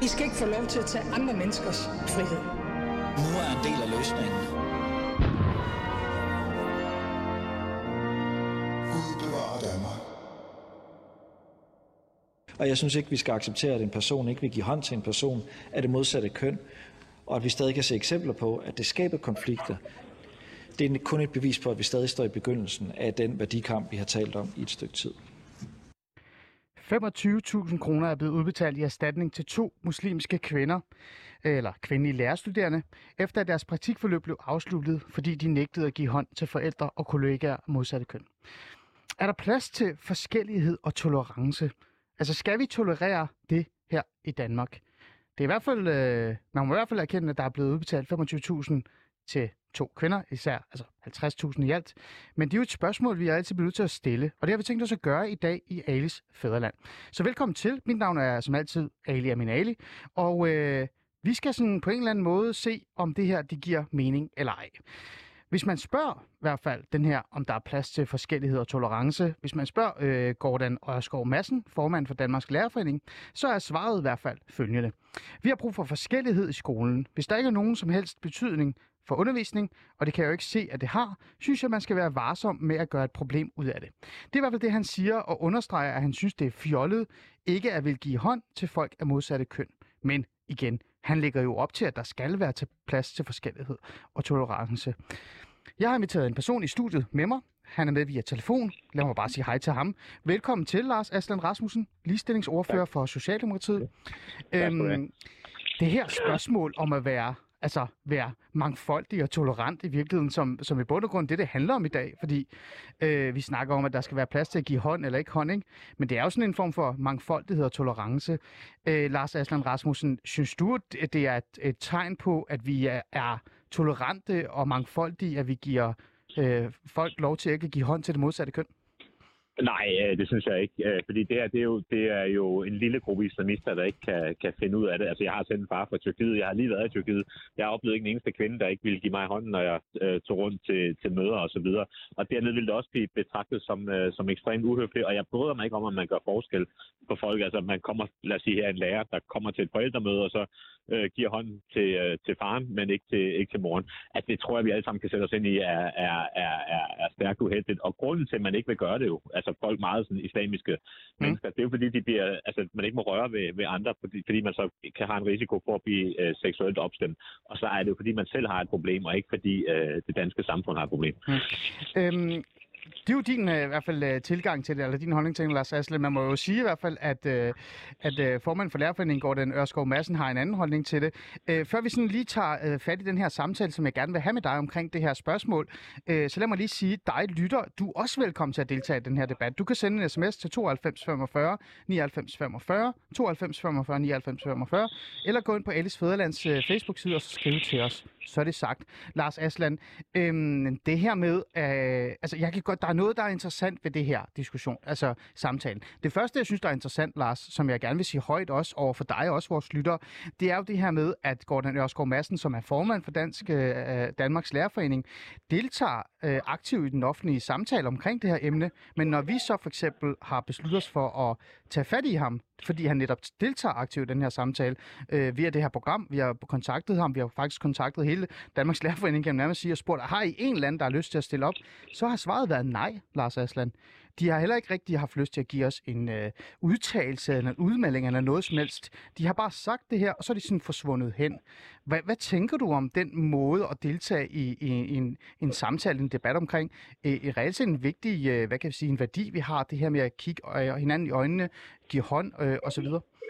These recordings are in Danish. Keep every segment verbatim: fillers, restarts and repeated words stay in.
I skal ikke få lov til at tage andre menneskers frihed. Nu er en del af løsningen. Gud bevarer Danmark. Og jeg synes ikke, vi skal acceptere, at en person ikke vil give hånd til en person af det modsatte køn, og at vi stadig kan se eksempler på, at det skaber konflikter. Det er kun et bevis på, at vi stadig står i begyndelsen af den værdikamp, vi har talt om i et stykke tid. femogtyve tusind kroner er blevet udbetalt i erstatning til to muslimske kvinder, eller kvindelige lærerstuderende, efter at deres praktikforløb blev afsluttet, fordi de nægtede at give hånd til forældre og kollegaer af modsatte køn. Er der plads til forskellighed og tolerance? Altså, skal vi tolerere det her i Danmark? Det er i hvert fald, øh, man må i hvert fald erkende, at der er blevet udbetalt femogtyve tusind til to kvinder, især altså halvtreds tusind i alt. Men det er jo et spørgsmål, vi er altid blevet nødt til at stille, og det har vi tænkt os at gøre i dag i Alis Fædreland. Så velkommen til. Mit navn er som altid Ali Amin Ali, og øh, vi skal sådan på en eller anden måde se, om det her det giver mening eller ej. Hvis man spørger i hvert fald den her, om der er plads til forskellighed og tolerance, hvis man spørger øh, Gordon Ørskov Madsen, formand for Danmarks Lærerforening, så er svaret i hvert fald følgende. Vi har brug for forskellighed i skolen. Hvis der ikke er nogen som helst betydning for undervisning, og det kan jeg jo ikke se, at det har, synes jeg, man skal være varsom med at gøre et problem ud af det. Det er i hvert fald det, han siger, og understreger, at han synes, det er fjollet ikke at vil give hånd til folk af modsatte køn. Men igen, han lægger jo op til, at der skal være til plads til forskellighed og tolerance. Jeg har inviteret en person i studiet med mig. Han er med via telefon. Lad mig bare sige hej til ham. Velkommen til, Lars Aslan Rasmussen, ligestillingsordfører for Socialdemokratiet. Øhm, det her spørgsmål om at være, altså være mangfoldig og tolerant i virkeligheden, som, som i bund og grund det, det handler om i dag. Fordi øh, vi snakker om, at der skal være plads til at give hånd eller ikke hånd, ikke? Men det er jo sådan en form for mangfoldighed og tolerance. Øh, Lars Aslan Rasmussen, synes du, at det er et, et tegn på, at vi er, er tolerante og mangfoldige, at vi giver øh, folk lov til at ikke give hånd til det modsatte køn? Nej, det synes jeg ikke, fordi det er, det er, jo, det er jo en lille gruppe islamister, der ikke kan, kan finde ud af det. Altså, jeg har sendt en far fra Tyrkiet, jeg har lige været i Tyrkiet. Jeg har oplevet ikke en eneste kvinde, der ikke ville give mig hånden, når jeg øh, tog rundt til, til møder og så videre. Og dernede ville det også blive betragtet som, øh, som ekstremt uhøfligt, og jeg bryder mig ikke om, at man gør forskel på folk. Altså, man kommer, lad os sige her, en lærer, der kommer til et forældremøde, og så øh, giver hånden til, øh, til faren, men ikke til, ikke til moren. At det tror jeg, vi alle sammen kan sætte os ind i, er, er, er, er, er stærkt uheldigt. Og grunden til, at man ikke vil gøre det jo, altså folk meget sådan islamiske mm. mennesker, det er jo fordi, de bliver, altså, man ikke må røre ved, ved andre, fordi, fordi man så kan have en risiko for at blive øh, seksuelt opstemt. Og så er det jo fordi, man selv har et problem, og ikke fordi øh, det danske samfund har et problem. Mm. Øhm Det er jo din øh, i hvert fald øh, tilgang til det, eller din holdning til det, Lars Aslan. Man må jo sige i hvert fald, at, øh, at øh, formanden for Lærerforeningen, Gordon Ørskov Madsen, har en anden holdning til det. Øh, før vi sådan lige tager øh, fat i den her samtale, som jeg gerne vil have med dig omkring det her spørgsmål, øh, så lad mig lige sige, dig lytter, du er også velkommen til at deltage i den her debat. Du kan sende en sms til tooghalvfems femogfyrre nioghalvfems femogfyrre, tooghalvfems femogfyrre nioghalvfems femogfyrre, eller gå ind på Alis Fædrelands øh, Facebook-side og så skrive til os. Så er det sagt. Lars Aslan, øhm, det her med, øh, altså jeg kan godt, der er noget, der er interessant ved det her diskussion, altså samtalen. Det første, jeg synes, der er interessant, Lars, som jeg gerne vil sige højt også over for dig og også vores lyttere, det er jo det her med, at Gordon Ørskov Madsen, som er formand for Dansk, øh, Danmarks Lærerforening, deltager øh, aktivt i den offentlige samtale omkring det her emne, men når vi så for eksempel har besluttet os for at tage fat i ham, fordi han netop deltager aktivt i den her samtale øh, via det her program. Vi har kontaktet ham, vi har faktisk kontaktet hele Danmarks Lærerforening, kan man nærmest sige, og spurgt, har I en eller anden, der har lyst til at stille op? Så har svaret været nej, Lars Aslan. De har heller ikke rigtig haft lyst til at give os en øh, udtalelse eller en udmelding eller noget som helst. De har bare sagt det her, og så er de sådan forsvundet hen. Hvad, hvad tænker du om den måde at deltage i, i, i en, en samtale, en debat omkring øh, i reelt set en vigtig, øh, hvad kan vi sige, en værdi, vi har, det her med at kigge øh, hinanden i øjnene, give hånd øh, osv.?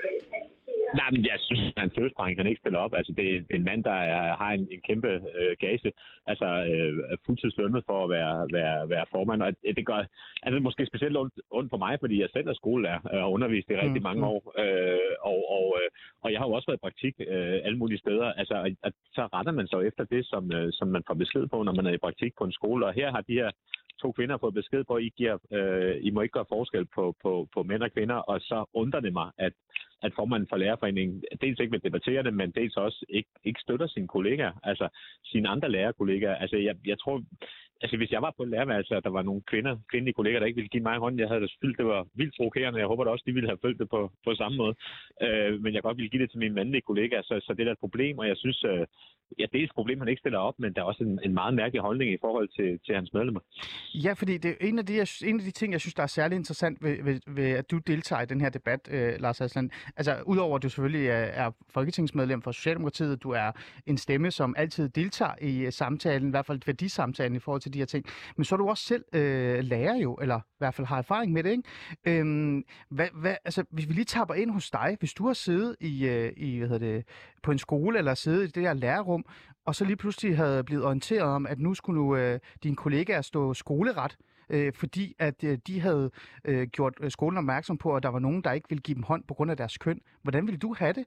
Nej, men jeg synes, at han følelsesdreng kan ikke spille op. Altså, det er en mand, der er, har en, en kæmpe øh, gage, altså øh, fuldtidslønnet for at være, være, være formand. Og det gør altså, måske specielt ondt, ondt på mig, fordi jeg selv er skolelærer og har undervist i rigtig mange år. Øh, og, og, øh, og jeg har jo også været i praktik øh, alle mulige steder. Altså, og, og så retter man sig efter det, som, øh, som man får besked på, når man er i praktik på en skole. Og her har de her to kvinder har fået besked på, at I, giver, øh, I må ikke gøre forskel på, på, på mænd og kvinder, og så undrer det mig, at, at formanden for Lærerforeningen dels ikke vil debattere det, men dels også ikke, ikke støtter sine kollegaer, altså sine andre lærerkollegaer. Altså jeg, jeg tror, altså hvis jeg var på et lærerværelse, og der var nogle kvinder, kvindelige kollegaer, der ikke ville give mig hånden, jeg havde da følt, det var vildt provokerende. Jeg håber da også, de ville have følt det på, på samme måde. Øh, men jeg godt ville give det til mine mandlige kollegaer, så, så det er et problem, og jeg synes, øh, ja, det er et problem, han ikke stiller op, men der er også en, en meget mærkelig holdning i forhold til, til hans medlemmer. Ja, fordi det er en af de, jeg, en af de ting, jeg synes, der er særlig interessant ved, ved, ved at du deltager i den her debat, øh, Lars Aslan. Altså, udover at du selvfølgelig er, er folketingsmedlem for Socialdemokratiet, du er en stemme, som altid deltager i samtalen, i hvert fald værdisamtalen i forhold til de her ting. Men så er du også selv øh, lærer jo, eller i hvert fald har erfaring med det, ikke? Øhm, hvad, hvad, altså, hvis vi lige tapper ind hos dig, hvis du har siddet i, øh, i hvad hedder det, på en skole, eller siddet i det der lærerrum, og så lige pludselig havde blevet orienteret om, at nu skulle nu, øh, dine kollegaer stå skoleret, øh, fordi at øh, de havde øh, gjort skolen opmærksom på, at der var nogen, der ikke ville give dem hånd på grund af deres køn. Hvordan ville du have det?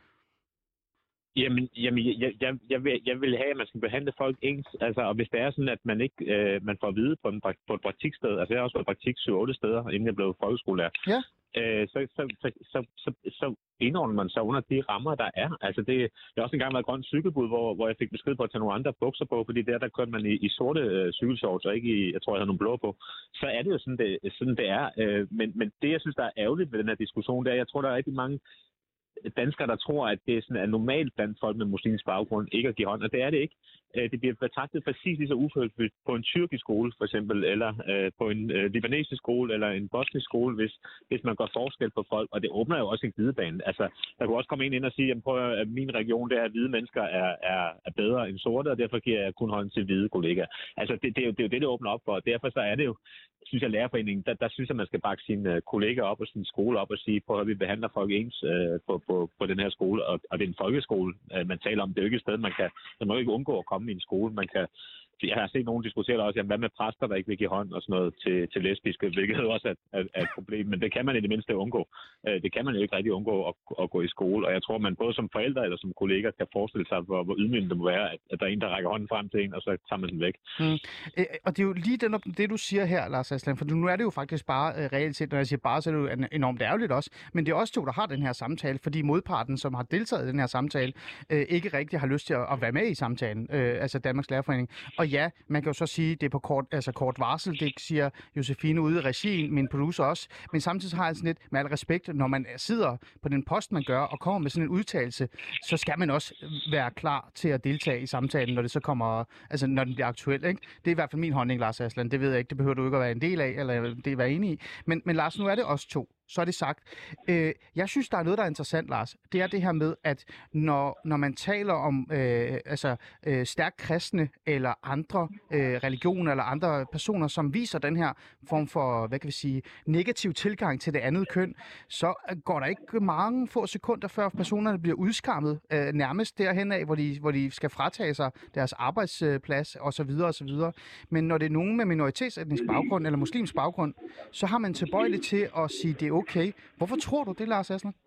Jamen, jamen jeg, jeg, jeg, vil, jeg vil have, at man skal behandle folk ens. Altså, og hvis det er sådan, at man ikke øh, man får at vide på, en, på et praktiksted, altså jeg har også været praktik syv otte steder, inden jeg blev folkeskolelærer, ja. øh, så, så, så, så, så, så indordner man sig under de rammer, der er. Altså, det, det har også engang været et grønt cykelbud, hvor, hvor jeg fik besked på at tage nogle andre bukser på, fordi der, der kørte man i, i sorte øh, cykelshorts, og ikke i, jeg tror, jeg havde nogle blå på. Så er det jo sådan, det, sådan, det er. Øh, men, men det, jeg synes, der er ærgerligt ved den her diskussion, det er, jeg tror, der er rigtig mange danskere, der tror, at det er sådan er normalt blandt folk med muslimsk baggrund ikke at give hånd, og det er det ikke. Det bliver betragtet præcis lige så ufølelsesfuldt på en tyrkisk skole, for eksempel, eller øh, på en øh, libanesisk skole, eller en bosnisk skole, hvis, hvis man gør forskel på folk, og det åbner jo også en glidebane. Altså, der kunne også komme en ind og sige, at, prøv, at min region, der er, at hvide mennesker er, er, er bedre end sorte, og derfor giver jeg kun hånd til hvide kollegaer. Altså, det, det, er jo, det er jo det, det åbner op for, og derfor så er det jo, synes jeg, Lærerforeningen, der, der synes jeg, man skal bakke sine kollegaer op og sin skole op og sige, prøv at vi behandler folk ens øh, på, på, på den her skole, og, og det er en folkeskole, øh, man taler om. Det er jo ikke et sted, man kan, man må ikke undgå at komme i en skole. Man kan, jeg har set nogen diskutere også, jamen, hvad med præster, der ikke vil give hånd og sådan noget til, til lesbiske, hvilket også er, er, er et problem, men det kan man i det mindste undgå. Øh, det kan man jo ikke rigtig undgå at, at gå i skole, og jeg tror, man både som forældre eller som kolleger kan forestille sig, hvor, hvor ydmygende det må være, at, at der er en, der rækker hånden frem til en, og så tager man den væk. Mm. Øh, og det er jo lige den, det, du siger her, Lars Aslan, for nu er det jo faktisk bare øh, reelt set, når jeg siger bare, så er det jo enormt ærgerligt også, men det er også to, der har den her samtale, fordi modparten, som har deltaget i den her samtale, øh, ikke rigtig har lyst til at, at være med i samtalen, øh, altså Danmarks Lærerforening. Og ja, man kan jo så sige, det er på kort, altså kort varsel, det siger Josefine ude i regien, min producer også, men samtidig så har jeg sådan lidt, med al respekt, når man sidder på den post, man gør, og kommer med sådan en udtalelse, så skal man også være klar til at deltage i samtalen, når det så kommer, altså når den bliver aktuel, ikke? Det er i hvert fald min holdning, Lars Aslan, det ved jeg ikke, det behøver du ikke at være en del af, eller det er være enig i, men, men Lars, nu er det os to. Så er det sagt. Øh, jeg synes, der er noget, der er interessant, Lars. Det er det her med, at når, når man taler om øh, altså, øh, stærkt kristne eller andre øh, religioner eller andre personer, som viser den her form for, hvad kan vi sige, negativ tilgang til det andet køn, så går der ikke mange få sekunder, før personerne bliver udskammet øh, nærmest derhen af, hvor de, hvor de skal fratage sig deres arbejdsplads osv. osv. Men når det er nogen med minoritetsetnisk baggrund eller muslimsk baggrund, så har man tilbøjeligt til at sige, det er okay. Hvorfor tror du det, Lars Aslan?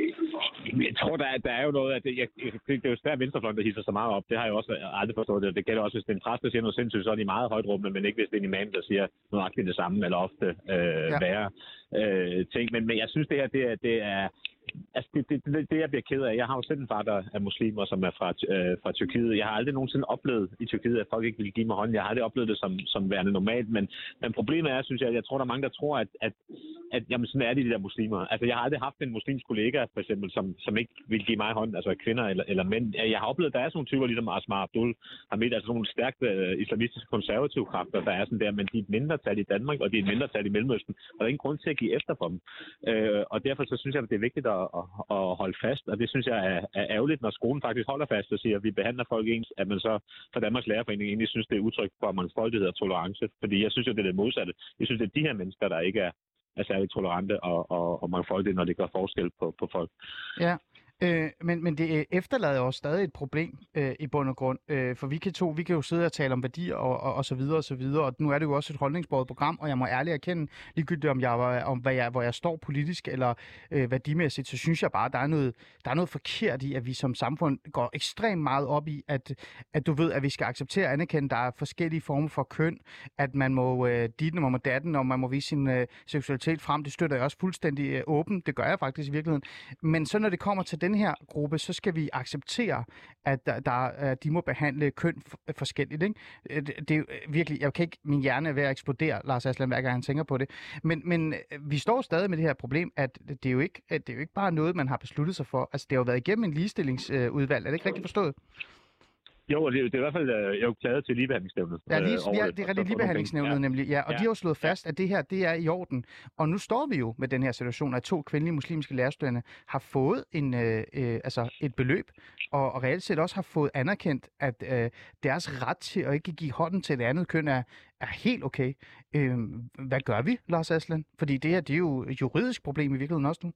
Jeg tror, der er, der er jo noget, at det, jeg, det er jo svært venstrefløjen, der hisser så meget op. Det har jeg også aldrig forstået. Det, det gælder også, hvis det er en præst, der siger noget sindssygt, så er de meget højt råbende, men ikke hvis det er en imam, der siger noget det samme, eller ofte øh, ja. værre øh, ting. Men, men jeg synes, det her, det er, det er Altså, det, det, det, det, jeg bliver ked af. Jeg har jo selv en far, der er muslimer, som er fra, øh, fra Tyrkiet. Jeg har aldrig nogensinde oplevet i Tyrkiet, at folk ikke vil give mig hånden. Jeg har aldrig oplevet det som, som værende normalt. Men, men problemet er, synes jeg, at jeg tror, der er mange, der tror, at, at, at jamen, sådan er det, de der muslimer. Altså, jeg har aldrig haft en muslimsk kollega, for eksempel, som, som ikke vil give mig hånden, altså kvinder eller, eller mænd. Jeg har oplevet, at der er sådan nogle typer, ligesom Asma Abdul Hamid, altså nogle stærkt øh, islamistiske konservative kræfter, der er sådan der, men de er et mindretal i Danmark, og de er et mindretal i Mellemøsten, og der er ingen grund til at give efter for dem. Øh, og derfor så synes jeg, at det er vigtigt at, at, at holde fast, og det synes jeg er, er ærgerligt, når skolen faktisk holder fast og siger, at vi behandler folk ens, at man så fra Danmarks Lærerforening egentlig synes, det er udtryk for mangfoldighed og tolerance, fordi jeg synes jo, det er det modsatte. Jeg synes, det er de her mennesker, der ikke er, er særligt tolerante og, og, og mangfoldige, når det gør forskel på, på folk. Ja. Øh, men, men det efterlader jo også stadig et problem øh, i bund og grund, øh, for vi kan to, vi kan jo sidde og tale om værdier og, og, og så videre og så videre, og nu er det jo også et holdningsbåret program, og jeg må ærligt erkende, ligegyldigt om jeg var, om hvad jeg, hvor jeg står politisk eller øh, værdimæssigt, så synes jeg bare, der er noget, der er noget forkert i, at vi som samfund går ekstremt meget op i, at, at du ved, at vi skal acceptere og anerkende, der er forskellige former for køn, at man må øh, dit, man må datten, og man må vise sin øh, seksualitet frem. Det støtter jeg også fuldstændig øh, åben. Det gør jeg faktisk i virkeligheden. Men så når det kommer til den her gruppe, så skal vi acceptere, at der, der, de må behandle køn forskelligt. Ikke? Det, det er virkelig, jeg kan ikke, min hjerne er ved at eksplodere, Lars Aslan, hver gang han tænker på det. Men, men vi står stadig med det her problem, at det er jo ikke, det er jo ikke bare noget, man har besluttet sig for. Altså, det har jo været igennem en ligestillingsudvalg. Er det ikke rigtigt forstået? Jo, det er, det er i hvert fald øh, jo klaget til ligebehandlingsnævnet. Ja, lige, øh, ja, det er rigtigt ligebehandlingsnævnet ja. nemlig, ja. Og ja. de har jo slået fast, at det her, det er i orden. Og nu står vi jo med den her situation, at to kvindelige muslimske lærerstuderende har fået en, øh, øh, altså et beløb, og, og reelt set også har fået anerkendt, at øh, deres ret til at ikke give hånden til det andet køn er, er helt okay. Øh, hvad gør vi, Lars Aslan? Fordi det her, det er jo et juridisk problem i virkeligheden også nu.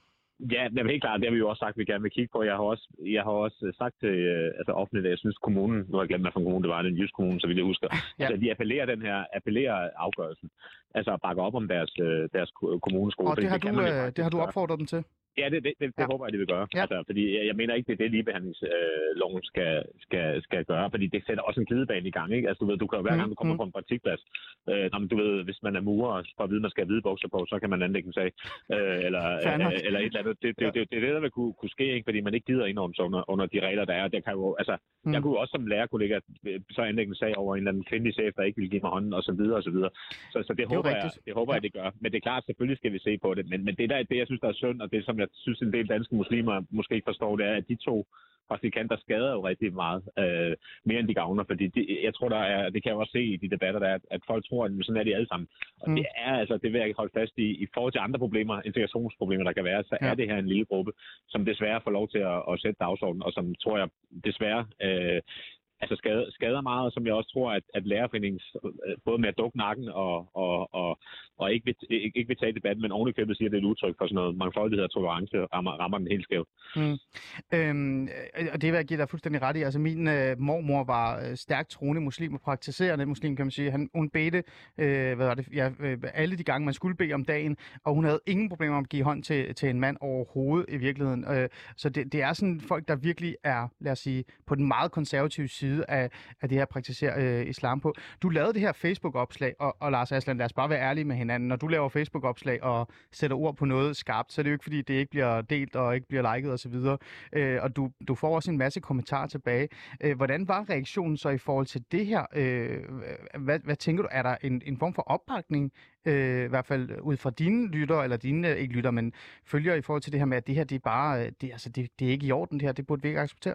Ja, det er helt klart. Det har vi jo også sagt, at vi gerne vil kigge på. Jeg har også, jeg har også sagt til øh, altså offentligt, at jeg synes, kommunen, nu har jeg glemt, hvad for en kommune det var, den jysk kommune, så vidt jeg husker, ja. altså, de appellerer den her, appellerer afgørelsen. Altså at bakke op om deres, deres kommuneskole. Og det har, det, du, det, det har du opfordret dem til? Ja, det, det, det, det ja. håber jeg, de vil gøre. Ja. Altså, fordi jeg, jeg mener ikke, det er det, ligebehandlingsloven skal, skal, skal gøre, fordi det sætter også en glidebane i gang. Ikke? Altså, du ved, du kan jo hver gang, du kommer mm. på en praktikplads, øh, når du ved, hvis man er murer og får at vide, at man skal have hvide bukser på, så kan man anlægge en sag. Øh, eller, øh, eller et eller andet. Det, det, det, det, det er det, der vil kunne, kunne ske, ikke? Fordi man ikke gider indordne sig under, under de regler, der er. Det kan jo, altså, mm. Jeg kunne jo også som lærerkollega så anlægge en sag over en eller anden kvindelig chef, der ikke vil give mig hånden, og så videre, og så videre. Så, så det, det håber, jeg, det håber ja. jeg, det gør. Men det er klart, selvfølgelig skal vi se på det. Men, men det, der, det, jeg synes, der er synd, og det, som jeg synes, en del danske muslimer måske ikke forstår, det er, at de to praktikanter skader jo rigtig meget øh, mere end de gavner, fordi de, jeg tror, der er, det kan jeg også se i de debatter, der er, at folk tror, at sådan er de alle sammen. Og mm. det er altså, det vil jeg holde fast i, i forhold til andre problemer, integrationsproblemer, der kan være, så ja. er det her en lille gruppe, som desværre får lov til at, at sætte dagsordenen, og som tror jeg desværre øh, altså skader, skader meget, som jeg også tror, at, at lærerforeningen både med at dukke nakken og, og, og, og ikke, vil, ikke, ikke vil tage debatten, men ovenikøbet siger, at det er et udtryk for sådan noget mangfoldighed og tolerance, rammer, rammer den helt skævt. Mm. Øhm, og det vil jeg give dig fuldstændig ret i. Altså min øh, mormor var øh, stærkt troende muslim og praktiserende muslim, kan man sige. Han, hun bedte øh, hvad var det, ja, øh, alle de gange, man skulle bede om dagen, og hun havde ingen problemer med at give hånd til, til en mand overhovedet i virkeligheden. Øh, så det, det er sådan folk, der virkelig er, lad os sige, på den meget konservative side af, af det her praktiserer øh, islam på. Du lavede det her Facebook-opslag, og, og Lars Aslan, lad os bare være ærlige med hinanden. Når du laver Facebook-opslag og sætter ord på noget skarpt, så er det jo ikke, fordi det ikke bliver delt og ikke bliver liket osv. Øh, og du, du får også en masse kommentarer tilbage. Øh, hvordan var reaktionen så i forhold til det her? Øh, hvad, hvad tænker du? Er der en, en form for opbakning, øh, i hvert fald ud fra dine lytter, eller dine, ikke lytter, men følger i forhold til det her med, at det her, det er bare, det, altså, det, det er ikke i orden, det her, det burde vi ikke acceptere?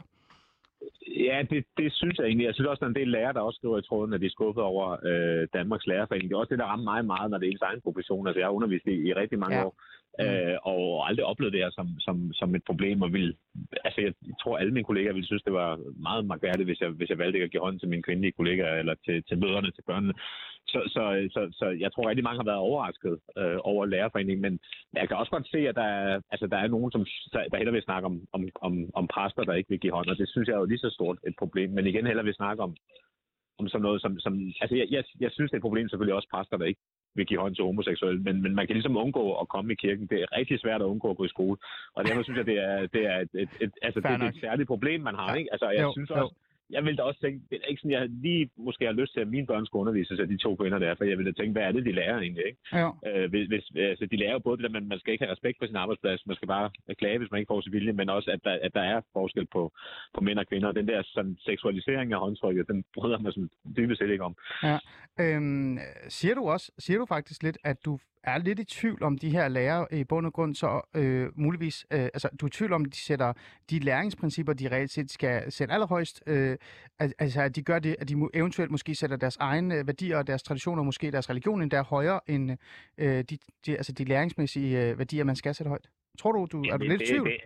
Ja, det, det synes jeg egentlig. Jeg synes også, der er en del lærere, der også skriver i tråden, at de er skuffet over øh, Danmarks Lærerforening. Det er også det, der rammer mig meget, når det er ens egen profession. Altså, jeg har undervist i, i rigtig mange ja. år, øh, og aldrig oplevet det her som, som, som et problem. Og vil, altså, jeg tror, alle mine kollegaer ville synes, det var meget mærkværdigt, hvis jeg, hvis jeg valgte ikke at give hånd til mine kvindelige kollegaer, eller til, til mødrene, til børnene. Så, så, så, så jeg tror, rigtig mange har været overrasket øh, over Lærerforeningen, men jeg kan også godt se, at der er, altså, der er nogen, som, der hellere vil snakke om, om, om, om præster, der ikke vil give hånd, og det synes jeg er jo lige så stort et problem. Men igen, hellere vil snakke om, om sådan noget, som... som altså, jeg, jeg, jeg synes, det er et problem selvfølgelig også præster, der ikke vil give hånd til homoseksuelle, men, men man kan ligesom undgå at komme i kirken. Det er rigtig svært at undgå at gå i skole, og derfor synes jeg, det er, det er, et, et, et, altså, det er et særligt problem, man har. Ja. Ikke? Altså, jeg jo, synes også... Jeg vil da også tænke, det er ikke sådan, jeg lige måske har lyst til, at mine børn skal undervises af de to kvinder der, for jeg vil da tænke, hvad er det, de lærer egentlig, ikke? Ja. Øh, hvis, altså, de lærer jo både det der, at man skal ikke have respekt for sin arbejdsplads, man skal bare klage, hvis man ikke får sin vilje, men også, at der, at der er forskel på, på mænd og kvinder. Og den der sådan, seksualisering af håndtrykket, den bryder mig sådan dybest set ikke om. Ja. Øhm, siger du også, siger du faktisk lidt, at du er lidt i tvivl om de her lærere i bund og grund, så øh, muligvis, øh, altså du er i tvivl om, de sætter de læringsprincipper, de reelt set skal sætte allerhøjst, øh, altså at de gør det, at de eventuelt måske sætter deres egne værdier og deres traditioner, måske deres religion endda højere end øh, de, de, altså de læringsmæssige øh, værdier, man skal sætte højt. Tror du, du ja, er du det, lidt i tvivl? Det,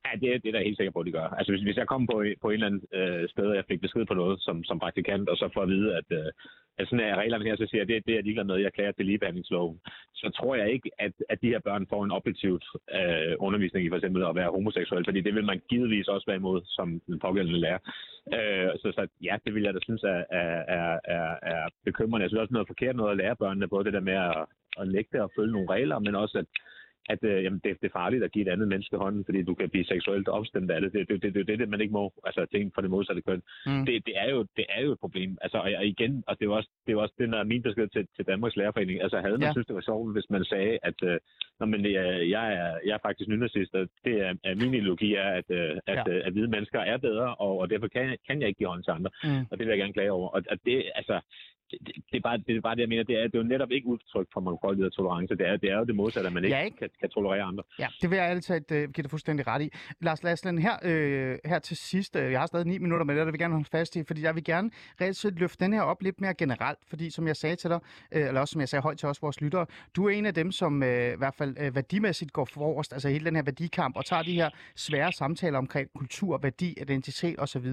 Ja, det, det er da helt sikker på, at de gør. Altså, hvis, hvis jeg kom på, på en eller anden øh, sted, og jeg fik besked på noget som, som praktikant, og så får at vide, at, øh, at sådan er reglerne her, så siger jeg, det, det er jeg ligeglad med, jeg klager til ligebehandlingsloven. Så tror jeg ikke, at, at de her børn får en objektiv øh, undervisning i for eksempel at være homoseksuel, fordi det vil man givetvis også være imod som den pågældende lærer. Øh, så, så ja, det vil jeg da synes er, er, er, er, er bekymrende. Jeg synes også noget forkert noget at lære børnene, både det der med at, at nægte at følge nogle regler, men også at at øh, jamen, det, det er farligt at give et andet menneske hånden, fordi du kan blive seksuelt opstemt af det. Det er det, det, det, det, det, man ikke må, altså ting for det modsatte køn. Mm. Det, det, er jo, det er jo et problem. Altså, og, og igen, og det er jo også, det er også det, der er min besked til, til Danmarks Lærerforening. Altså, havde man ja. synes, det var sjovt, hvis man sagde, at øh, når man, jeg, jeg, er, jeg er faktisk nynazist, og det er, at min ideologi er, at, øh, at, ja. øh, at hvide mennesker er bedre, og, og derfor kan, kan jeg ikke give hånd til andre. Mm. Og det vil jeg gerne klage over. Og, og det, altså, Det, det, det, er bare, det er bare det, jeg mener. Det er, det er jo netop ikke udtryk for mangfoldighed og tolerance. Det er, det er jo det modsatte, at man ikke, ikke. Kan, kan tolerere andre. Ja, det vil jeg altid uh, give dig fuldstændig ret i. Lars Lasland, her, øh, her til sidst, øh, jeg har stadig ni minutter med det, og det vil jeg gerne holde fast i, fordi jeg vil gerne reelt set løfte den her op lidt mere generelt, fordi som jeg sagde til dig, øh, eller også som jeg sagde højt til os vores lyttere, du er en af dem, som øh, i hvert fald øh, værdimæssigt går forrest, altså hele den her værdikamp, og tager de her svære samtaler omkring kultur, værdi, identitet osv.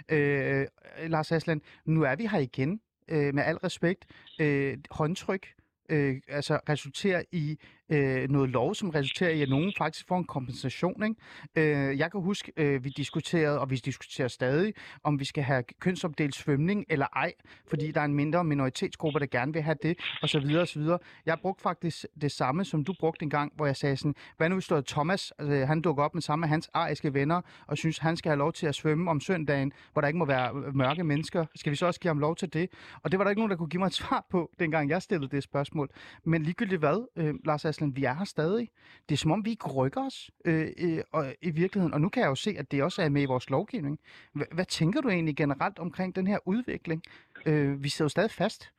Øh, Lars Lasland, nu er vi her igen. Øh, med al respekt, øh, håndtryk øh, altså resulterer i øh, noget lov, som resulterer i, at nogen faktisk får en kompensation. Ikke? Øh, jeg kan huske, øh, vi diskuterede, og vi diskuterer stadig, om vi skal have kønsopdelt svømning eller ej, fordi der er en mindre minoritetsgruppe, der gerne vil have det, osv. osv. Jeg brugte faktisk det samme, som du brugte en gang, hvor jeg sagde sådan, hvad nu hvis der Thomas, altså, han dukker op med sammen med hans ariske venner, og synes, han skal have lov til at svømme om søndagen, hvor der ikke må være mørke mennesker. Skal vi så også give ham lov til det? Og det var der ikke nogen, der kunne give mig et svar på, dengang jeg stillede det spørgsmål. Men ligegyldigt hvad, øh, Lars Aslan, vi er her stadig. Det er som om, vi ikke rykker os øh, øh, og, i virkeligheden. Og nu kan jeg jo se, at det også er med i vores lovgivning. H- hvad tænker du egentlig generelt omkring den her udvikling? Øh, vi sidder jo stadig fast.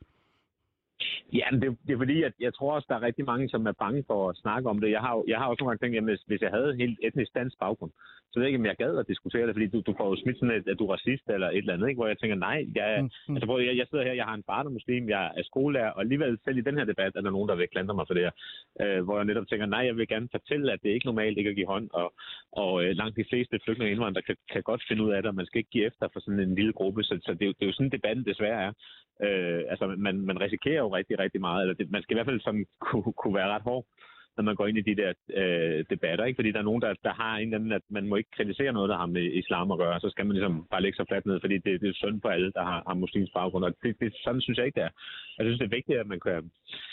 Ja, men det, det er fordi, at jeg tror også, der er rigtig mange, som er bange for at snakke om det. Jeg har, jo, jeg har også nogle gange tænkt, at hvis, hvis jeg havde helt etnisk dansk baggrund, så ved jeg ikke, om jeg gad at diskutere det, fordi du, du får jo smidt sådan, et, at du er racist eller et eller andet, ikke? Hvor jeg tænker, nej, jeg, mm, mm. altså, jeg, jeg sidder her, jeg har en far, der er muslim, jeg er skolelærer, og alligevel selv i den her debat er der nogen, der vil klandre mig for det her. Øh, hvor jeg netop tænker, nej, jeg vil gerne fortælle, at det er ikke normalt ikke at give hånd, og, og øh, langt de fleste flygtninge og indvandrere kan, kan godt finde ud af det, og man skal ikke give efter for sådan en lille gruppe, så, så det, det er jo sådan, debatten desværre er. Øh, altså, man, man risikerer jo rigtig, rigtig meget, eller det, man skal i hvert fald sådan kunne, kunne være ret hård, når man går ind i de der øh, debatter, ikke? Fordi der er nogen, der, der har en eller anden, at man må ikke kritisere noget, der har med islam at gøre, så skal man ligesom bare lægge sig fladt ned, fordi det, det er synd for alle, der har, har muslimsk baggrund, og det, det, sådan synes jeg ikke, det er. Jeg synes, det er vigtigt, at man kan,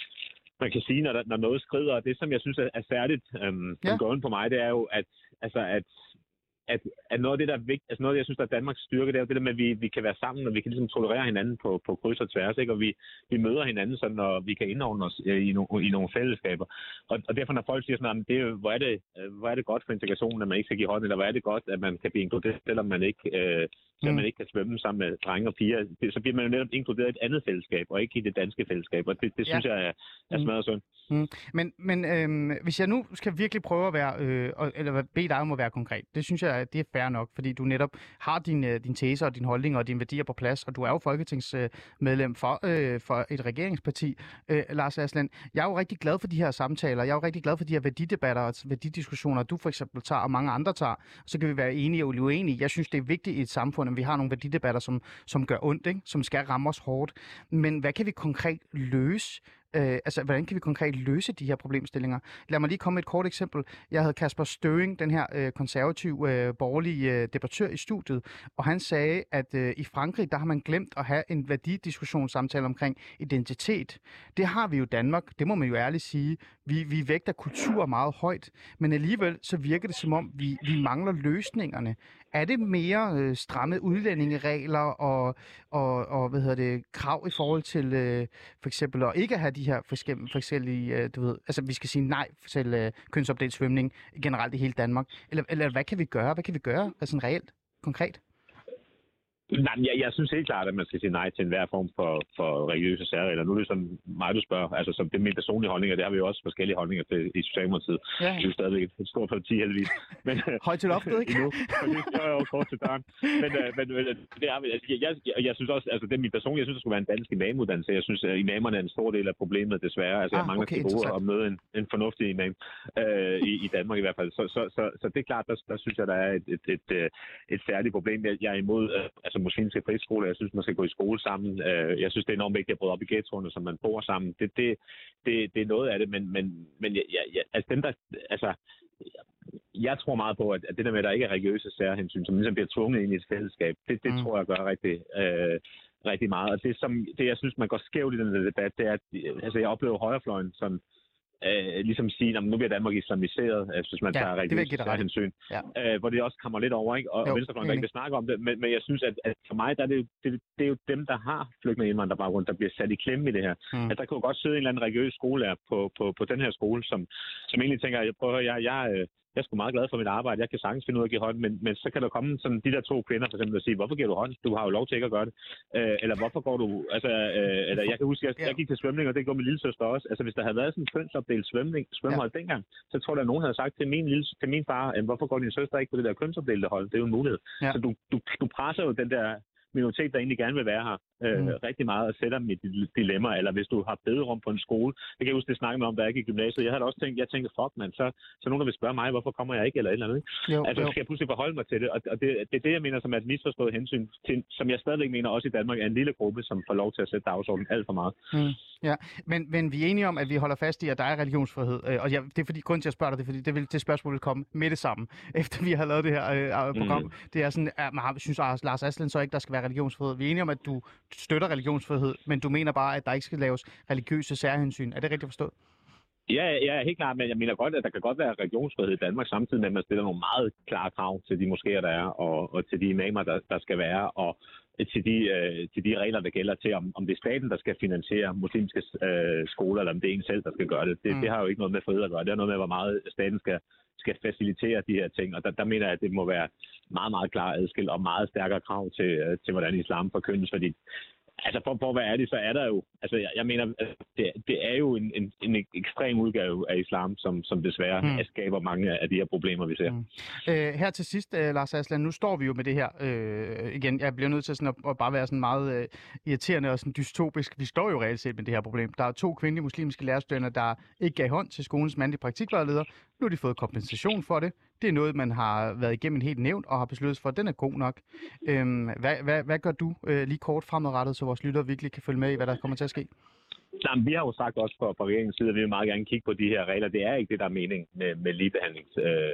man kan sige, når, der, når noget skrider, og det, som jeg synes er, er særligt, øhm, ja. som går ind på mig, det er jo, at, altså, at At, at noget af det, der er vigtigt, altså noget af det, jeg synes, der er Danmarks styrke, det er jo det der med, at vi, vi kan være sammen, og vi kan ligesom tolerere hinanden på, på kryds og tværs, ikke? Og vi, vi møder hinanden sådan, og vi kan indordne os i, no, i nogle fællesskaber. Og, og derfor, når folk siger sådan, at det er, hvor, er det, hvor er det godt for integrationen, at man ikke skal give hånd, eller hvor er det godt, at man kan blive inkluderet, selvom man ikke, øh, mm. man ikke kan svømme sammen med drenge og piger, det, så bliver man jo netop inkluderet i et andet fællesskab, og ikke i det danske fællesskab. Og det, det synes ja. jeg er, er smadret synd. Mm. Men, men øh, hvis jeg nu skal virkelig prøve at være, øh, eller bede dig om at være konkret, det synes jeg, det er fair nok, fordi du netop har dine din teser og din holdning og dine værdier på plads, og du er jo folketingsmedlem for, øh, for et regeringsparti, øh, Lars Aslan. Jeg er jo rigtig glad for de her samtaler, jeg er jo rigtig glad for de her værdidebatter og værdidiskussioner, du for eksempel tager, og mange andre tager, så kan vi være enige og uenige. Jeg synes, det er vigtigt i et samfund, at vi har nogle værdidebatter, som, som gør ondt, ikke? Som skal ramme os hårdt. Men hvad kan vi konkret løse? Øh, altså, hvordan kan vi konkret løse de her problemstillinger? Lad mig lige komme med et kort eksempel. Jeg havde Kasper Støvring, den her øh, konservativ øh, borgerlige øh, debattør i studiet, og han sagde, at øh, i Frankrig, der har man glemt at have en værdidiskussionssamtale omkring identitet. Det har vi jo i Danmark, det må man jo ærligt sige. Vi, vi vægter kultur meget højt, men alligevel så virker det som om, vi, vi mangler løsningerne. Er det mere øh, stramme udlændingeregler og, og, og hvad hedder det, krav i forhold til øh, for eksempel at ikke have de her forskellige, øh, du ved, altså vi skal sige nej til øh, kønsopdelt svømning generelt i hele Danmark? Eller, eller hvad kan vi gøre? Hvad kan vi gøre altså reelt, konkret? Nej, jeg, jeg synes helt klart, at man skal sige nej til enhver form for, for religiøse særregler. Nu er det sådan mig, du spørger. Altså, som det er min personlige holdning, og det har vi jo også forskellige holdninger til i Socialdemokratiet. Ja. Det er jo stadigvæk et stort parti, heldigvis. Men, højt til loftet, ikke? Nu, det er jo kort til døren. Men, men, men det er, altså, jeg, jeg, jeg synes også, altså det er min personlige, jeg synes, der skulle være en dansk imamuddannelse. Jeg synes, at imamerne er en stor del af problemet, desværre. Altså, ah, jeg mangler okay, til gode at møde en, en fornuftig imam øh, i, i Danmark i hvert fald. Så, så, så, så det er klart, der, der synes jeg, der er et, et, et, et, et særligt problem. Jeg, jeg er imod øh, altså, muslimske friskoler. Jeg synes, man skal gå i skole sammen. Jeg synes, det er enormt vigtigt at bryde op i ghettoerne, så man bor sammen. Det, det, det, det er noget af det, men, men, men jeg, jeg, altså dem, der, altså, jeg tror meget på, at det der med, at der ikke er religiøse særhensyn, som ligesom bliver tvunget ind i et fællesskab, det, det mm. tror jeg gør rigtig, øh, rigtig meget. Og det, som, det, jeg synes, man går skævt i den her debat, det er, at altså, jeg oplever højrefløjen som Øh, ligesom sige, at nu bliver Danmark islamiseret, altså, hvis man ja, tager religiøse særhensyn, ja. øh, hvor det også kommer lidt over, ikke? Og, og venstrefløjen, der ikke vil snakke om det, men, men jeg synes, at, at for mig, der er det, jo, det, det er jo dem, der har flygtninge indvandrerbaggrund, der bliver sat i klemme i det her. Mm. At der kunne godt sidde en eller anden religiøs skolelærer på, på, på den her skole, som, som egentlig tænker, jeg prøver, jeg, jeg, jeg er sgu meget glad for mit arbejde, jeg kan sagtens finde ud af at give hånd, men, men så kan der komme sådan de der to kvinder for eksempel og sige, hvorfor giver du hånd? Du har jo lov til ikke at gøre det. Øh, eller hvorfor går du, altså, øh, eller jeg kan huske, jeg, jeg gik til svømning, og det går min lille søster også. Altså hvis der havde været sådan en kønsopdelt svømning, svømmehold ja. dengang, så tror jeg, at nogen havde sagt til min, lille, til min far, hvorfor går din søster ikke på det der kønsopdelte hold? Det er jo en mulighed. Ja. Så du, du, du presser jo den der minoritet, der egentlig gerne vil være her, øh, mm. rigtig meget og sætter dem i et dilemma, eller hvis du har bederum på en skole. Det kan jeg huske, det snakkede med om, da jeg gik i gymnasiet. Jeg havde også tænkt, jeg tænkte, fuck man, så, så nogen, der vil spørge mig, hvorfor kommer jeg ikke, eller et eller andet. Jo, altså, jo. skal jeg pludselig forholde mig til det, og, og det, det er det, jeg mener, som er et misforstået hensyn, til, som jeg stadigvæk mener også i Danmark, er en lille gruppe, som får lov til at sætte dagsordenen alt for meget. Mm. Ja, men, men vi er enige om, at vi holder fast i, at der er religionsfrihed, og jeg, det er fordi, grund til at spørge dig, det er fordi, det, vil, det spørgsmål vil komme med det samme, efter vi har lavet det her øh, program. Mm. Det er sådan, at man synes, at Lars Aslan så ikke, der skal være religionsfrihed. Vi er enige om, at du støtter religionsfrihed, men du mener bare, at der ikke skal laves religiøse særhensyn. Er det rigtigt forstået? Ja, ja, helt klart, men jeg mener godt, at der kan godt være religionsfrihed i Danmark, samtidig med, at man stiller nogle meget klare krav til de moskéer, der er, og, og til de imamer, der, der skal være, og til de, øh, til de regler, der gælder til, om, om det er staten, der skal finansiere muslimske øh, skoler, eller om det er en selv, der skal gøre det. Det, mm. det har jo ikke noget med frihed at gøre. Det har noget med, hvor meget staten skal, skal facilitere de her ting, og der, der mener jeg, at det må være meget, meget klart adskilt og meget stærkere krav til, øh, til hvordan islam forkyndes, fordi altså for, for hvad er det, så er der jo, altså jeg, jeg mener, det, det er jo en, en, en ekstrem udgave af islam, som, som desværre mm. skaber mange af de her problemer, vi ser. Mm. Øh, her til sidst, uh, Lars Aslan, nu står vi jo med det her, øh, igen, jeg bliver nødt til sådan at, at bare være sådan meget øh, irriterende og sådan dystopisk. Vi står jo reelt set med det her problem. Der er to kvindelige muslimske lærerstuderende, der ikke gav hånd til skolens mandlige praktikvejleder. Nu har de fået kompensation for det. Det er noget, man har været igennem helt nævnt og har besluttet for, at den er god nok. Øhm, hvad, hvad, hvad gør du øh, lige kort fremadrettet, så vores lyttere virkelig kan følge med i, hvad der kommer til at ske? Nej, vi har jo sagt også fra, fra regeringens side, at vi vil meget gerne kigge på de her regler. Det er ikke det, der er mening med, med ligebehandlingsnævnet.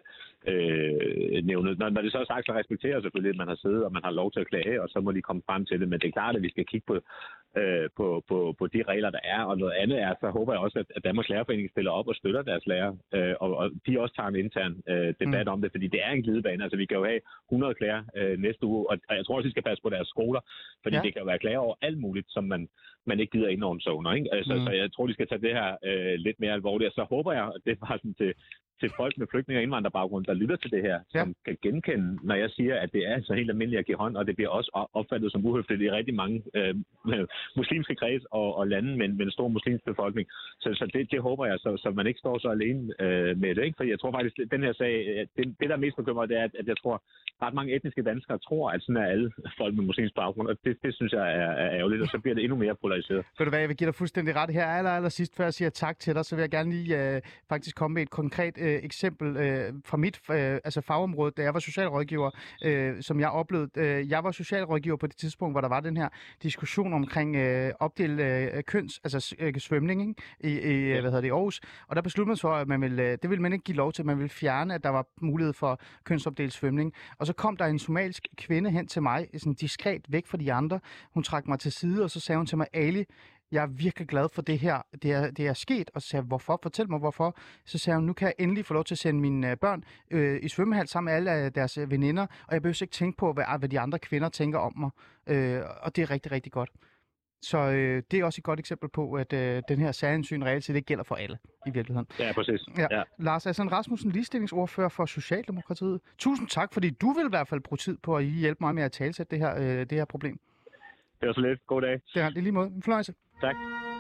Øh, øh, når, når det så er sagt, så respekterer jeg selvfølgelig, at man har siddet, og man har lov til at klage, og så må de komme frem til det. Men det er klart, at vi skal kigge på, øh, på, på, på de regler, der er. Og noget andet er, så håber jeg også, at, at Danmarks Lærerforening stiller op og støtter deres lærere. Øh, og, og de også tager en intern øh, debat mm. om det, fordi det er en glidebane. Altså, vi kan jo have hundrede klager øh, næste uge, og, og jeg tror også, vi skal passe på deres skoler, fordi ja. det kan jo være klager over alt muligt, som man man ikke gider indordne sig under, ikke? Altså, mm. Så jeg tror, de skal tage det her øh, lidt mere alvorligt. Og så håber jeg, at det er bare sådan til, til folk med flygtninge og indvandrerbaggrund, der lytter til det her, ja. som kan genkende, når jeg siger, at det er så helt almindeligt at give hånd, og det bliver også opfattet som uhøfligt i rigtig mange øh, muslimske kreds og, og lande med, med en stor muslimsk befolkning. Så, så det, det håber jeg, så, så man ikke står så alene øh, med det, ikke? For jeg tror faktisk, at den her sag, det, det der er mest bekymret, det er, at, at jeg tror, ret mange etniske danskere tror, at sådan er alle folk med muslimsk baggrund, og det, det synes jeg er, er ærgerligt, og så bliver det endnu mere polariseret. Ved du hvad, jeg vil give dig fuldstændig ret her. Aller, aller sidst, før jeg siger tak til dig, så vil jeg gerne lige øh, faktisk komme med et konkret øh, eksempel øh, fra mit øh, altså fagområde, da jeg var socialrådgiver, øh, som jeg oplevede. Øh, jeg var socialrådgiver på det tidspunkt, hvor der var den her diskussion omkring øh, opdelt øh, køns, altså øh, svømning, ikke? I, i ja. hvad hedder det, i Aarhus, og der besluttede man så, at man ville, øh, det ville man ikke give lov til, man ville fjerne, at der var mulighed for kønsopdelt svømning. Og så kom der en somalisk kvinde hen til mig, sådan diskret væk fra de andre. Hun trak mig til side, og så sagde hun til mig, Ali, jeg er virkelig glad for det her. Det er, det er sket, og så sagde, hvorfor? Fortæl mig, hvorfor. Så sagde hun, nu kan jeg endelig få lov til at sende mine børn øh, i svømmehal sammen med alle deres veninder, og jeg behøver ikke tænke på, hvad, hvad de andre kvinder tænker om mig. Øh, og det er rigtig, rigtig godt. Så øh, det er også et godt eksempel på, at øh, den her særhensyn reelt set ikke gælder for alle i virkeligheden. Ja, præcis. Ja. Ja. Lars Aslan Rasmussen, ligestillingsordfører for Socialdemokratiet. Tusind tak, fordi du vil i hvert fald bruge tid på at hjælpe mig med at talsætte det her, øh, det her problem. Det var så lidt. God dag. Det er det lige måde. En fornøjelse. Tak.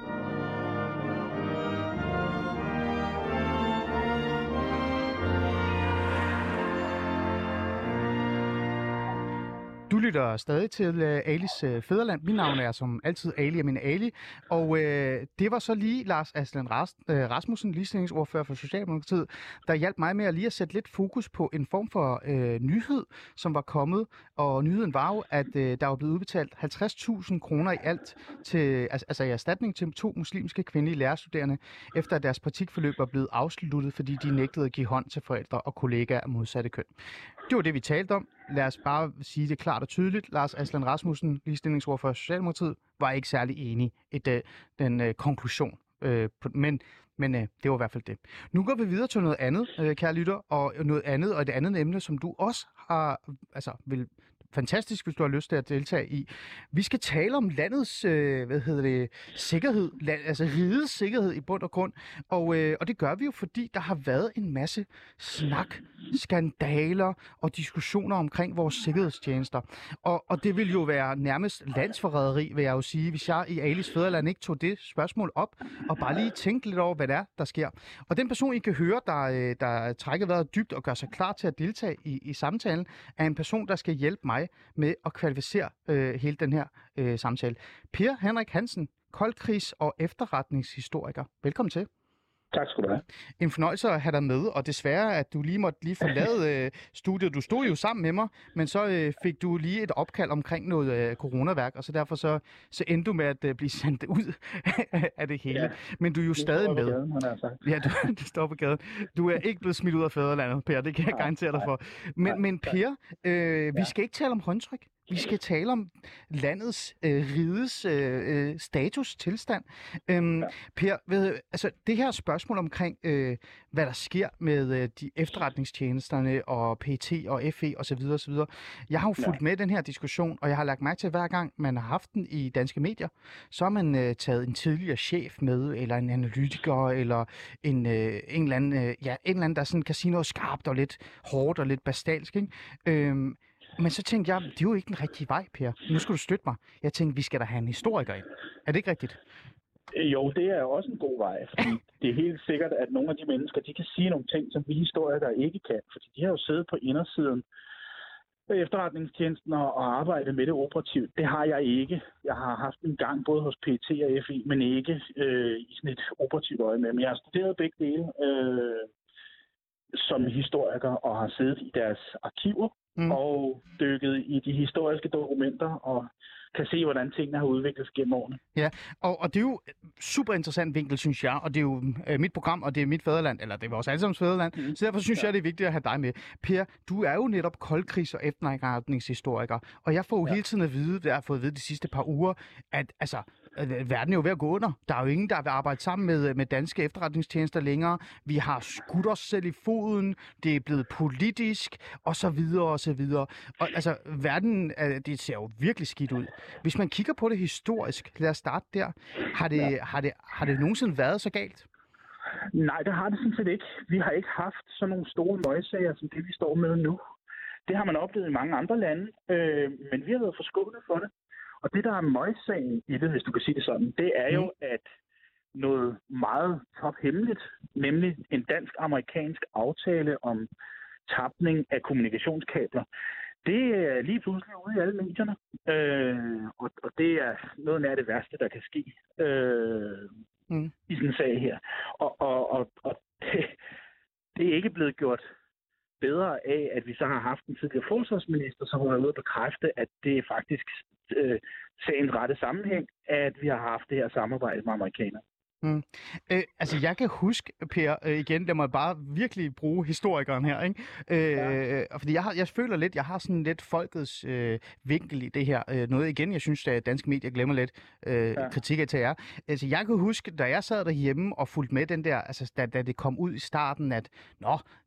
Du lytter stadig til uh, Alis uh, Fæderland. Mit navn er som altid Ali Amin Ali, og uh, det var så lige Lars Aslan Ras- uh, Rasmussen, ligestillingsordfører for Socialdemokratiet, der hjalp mig med at lige at sætte lidt fokus på en form for uh, nyhed, som var kommet, og nyheden var jo, at uh, der var blevet udbetalt halvtreds tusind kroner i alt til, altså, altså i erstatning til to muslimske kvindelige lærerstuderende, efter at deres praktikforløb var blevet afsluttet, fordi de nægtede at give hånd til forældre og kollegaer af modsatte køn. Det var det, vi talte om. Lad os bare sige det klart og tydeligt. Lars Aslan Rasmussen, ligestillingsordfører for Socialdemokratiet, var ikke særlig enig i det, den øh, konklusion. Øh, på, men men øh, det var i hvert fald det. Nu går vi videre til noget andet, øh, kære lytter, og noget andet, og et andet emne, som du også har, altså vil fantastisk, hvis du har lyst til at deltage i. Vi skal tale om landets, øh, hvad hedder det, sikkerhed, land, altså rigets sikkerhed i bund og grund, og, øh, og det gør vi jo, fordi der har været en masse snak, skandaler og diskussioner omkring vores sikkerhedstjenester. Og, og det vil jo være nærmest landsforræderi, vil jeg jo sige, hvis jeg i Alis Fæderland ikke tog det spørgsmål op, og bare lige tænkte lidt over, hvad det er, der sker. Og den person, I kan høre, der, der trækker vejret dybt og gør sig klar til at deltage i, i samtalen, er en person, der skal hjælpe mig med at kvalificere øh, hele den her øh, samtale. Per Henrik Hansen, koldkrigs- og efterretningshistoriker. Velkommen til. Tak skal du have. En fornøjelse at have dig med, og desværre, at du lige måtte lige forlade øh, studiet. Du stod jo sammen med mig, men så øh, fik du lige et opkald omkring noget øh, coronaværk, og så derfor så, så endte du med at øh, blive sendt ud af det hele. Ja, men du er jo stadig med. Gaden, ja, du, du står på gaden. Du er ikke blevet smidt ud af fædrelandet, Per, det kan jeg garantere dig for. Men, nej, men Per, øh, vi skal ikke tale om håndtryk. Vi skal tale om landets, øh, rigets øh, status, tilstand. Øhm, ja. Per, ved, altså det her spørgsmål omkring, øh, hvad der sker med øh, de efterretningstjenesterne og P E T og F E osv. osv. Jeg har jo fulgt ja. med den her diskussion, og jeg har lagt mærke til, at hver gang man har haft den i danske medier, så har man øh, taget en tidligere chef med, eller en analytiker, eller en, øh, en, eller anden, øh, ja, en eller anden, der sådan kan sige noget skarpt og lidt hårdt og lidt bastalsk, ikke? Øhm, Men så tænkte jeg, det er jo ikke den rigtige vej, Per. Nu skal du støtte mig. Jeg tænkte, vi skal da have en historiker ind. Er det ikke rigtigt? Jo, det er også en god vej, fordi det er helt sikkert, at nogle af de mennesker, de kan sige nogle ting, som vi historikere ikke kan. Fordi de har jo siddet på indersiden af efterretningstjenesten og arbejdet med det operativt. Det har jeg ikke. Jeg har haft en gang både hos P E T og F I, men ikke øh, i sådan et operativt øje med. Men jeg har studeret begge dele øh, som historiker og har siddet i deres arkiver. Mm. og dykket i de historiske dokumenter og kan se, hvordan tingene har udviklet sig gennem årene. Ja, og, og det er jo super interessant vinkel, synes jeg, og det er jo øh, mit program, og det er mit fædreland, eller det er vores allesammens fædreland, mm. så derfor synes ja. jeg, det er vigtigt at have dig med. Per, du er jo netop koldkrigs- og efterretningshistoriker, og jeg får jo ja. hele tiden at vide, det har jeg fået at vide de sidste par uger, at altså, at verden er jo ved at gå under. Der er jo ingen, der vil arbejde sammen med, med danske efterretningstjenester længere. Vi har skudt os selv i foden, det er blevet politisk, og så videre, og så videre. Og altså, verden, det ser jo virkelig skidt ud. Hvis man kigger på det historisk, lad os starte der, har det, ja. har det, har det nogensinde været så galt? Nej, det har det sådan set ikke. Vi har ikke haft sådan nogle store møgsager, som det vi står med nu. Det har man oplevet i mange andre lande, øh, men vi har været forskånet for det. Og det, der er møgsagen i det, hvis du kan sige det sådan, det er jo, mm. at noget meget tophemmeligt, nemlig en dansk-amerikansk aftale om tapning af kommunikationskabler, det er lige pludselig ude i alle medierne, øh, og, og det er noget af det værste, der kan ske øh, mm. i sådan en sag her. Og, og, og, og det, det er ikke blevet gjort bedre af, at vi så har haft en tidligere forsvarsminister, som har ude at bekræfte, at det er faktisk øh, sagens rette sammenhæng, at vi har haft det her samarbejde med amerikanerne. Mm. Øh, altså, jeg kan huske, Per, øh, igen, der må jeg bare virkelig bruge historikeren her, ikke? Øh, ja. Fordi jeg, har, jeg føler lidt, jeg har sådan lidt folkets øh, vinkel i det her. Øh, noget igen, jeg synes, at danske medier glemmer lidt øh, ja. kritik af til jer. Altså, jeg kan huske, da jeg sad derhjemme og fulgte med den der, altså, da, da det kom ud i starten, at nå,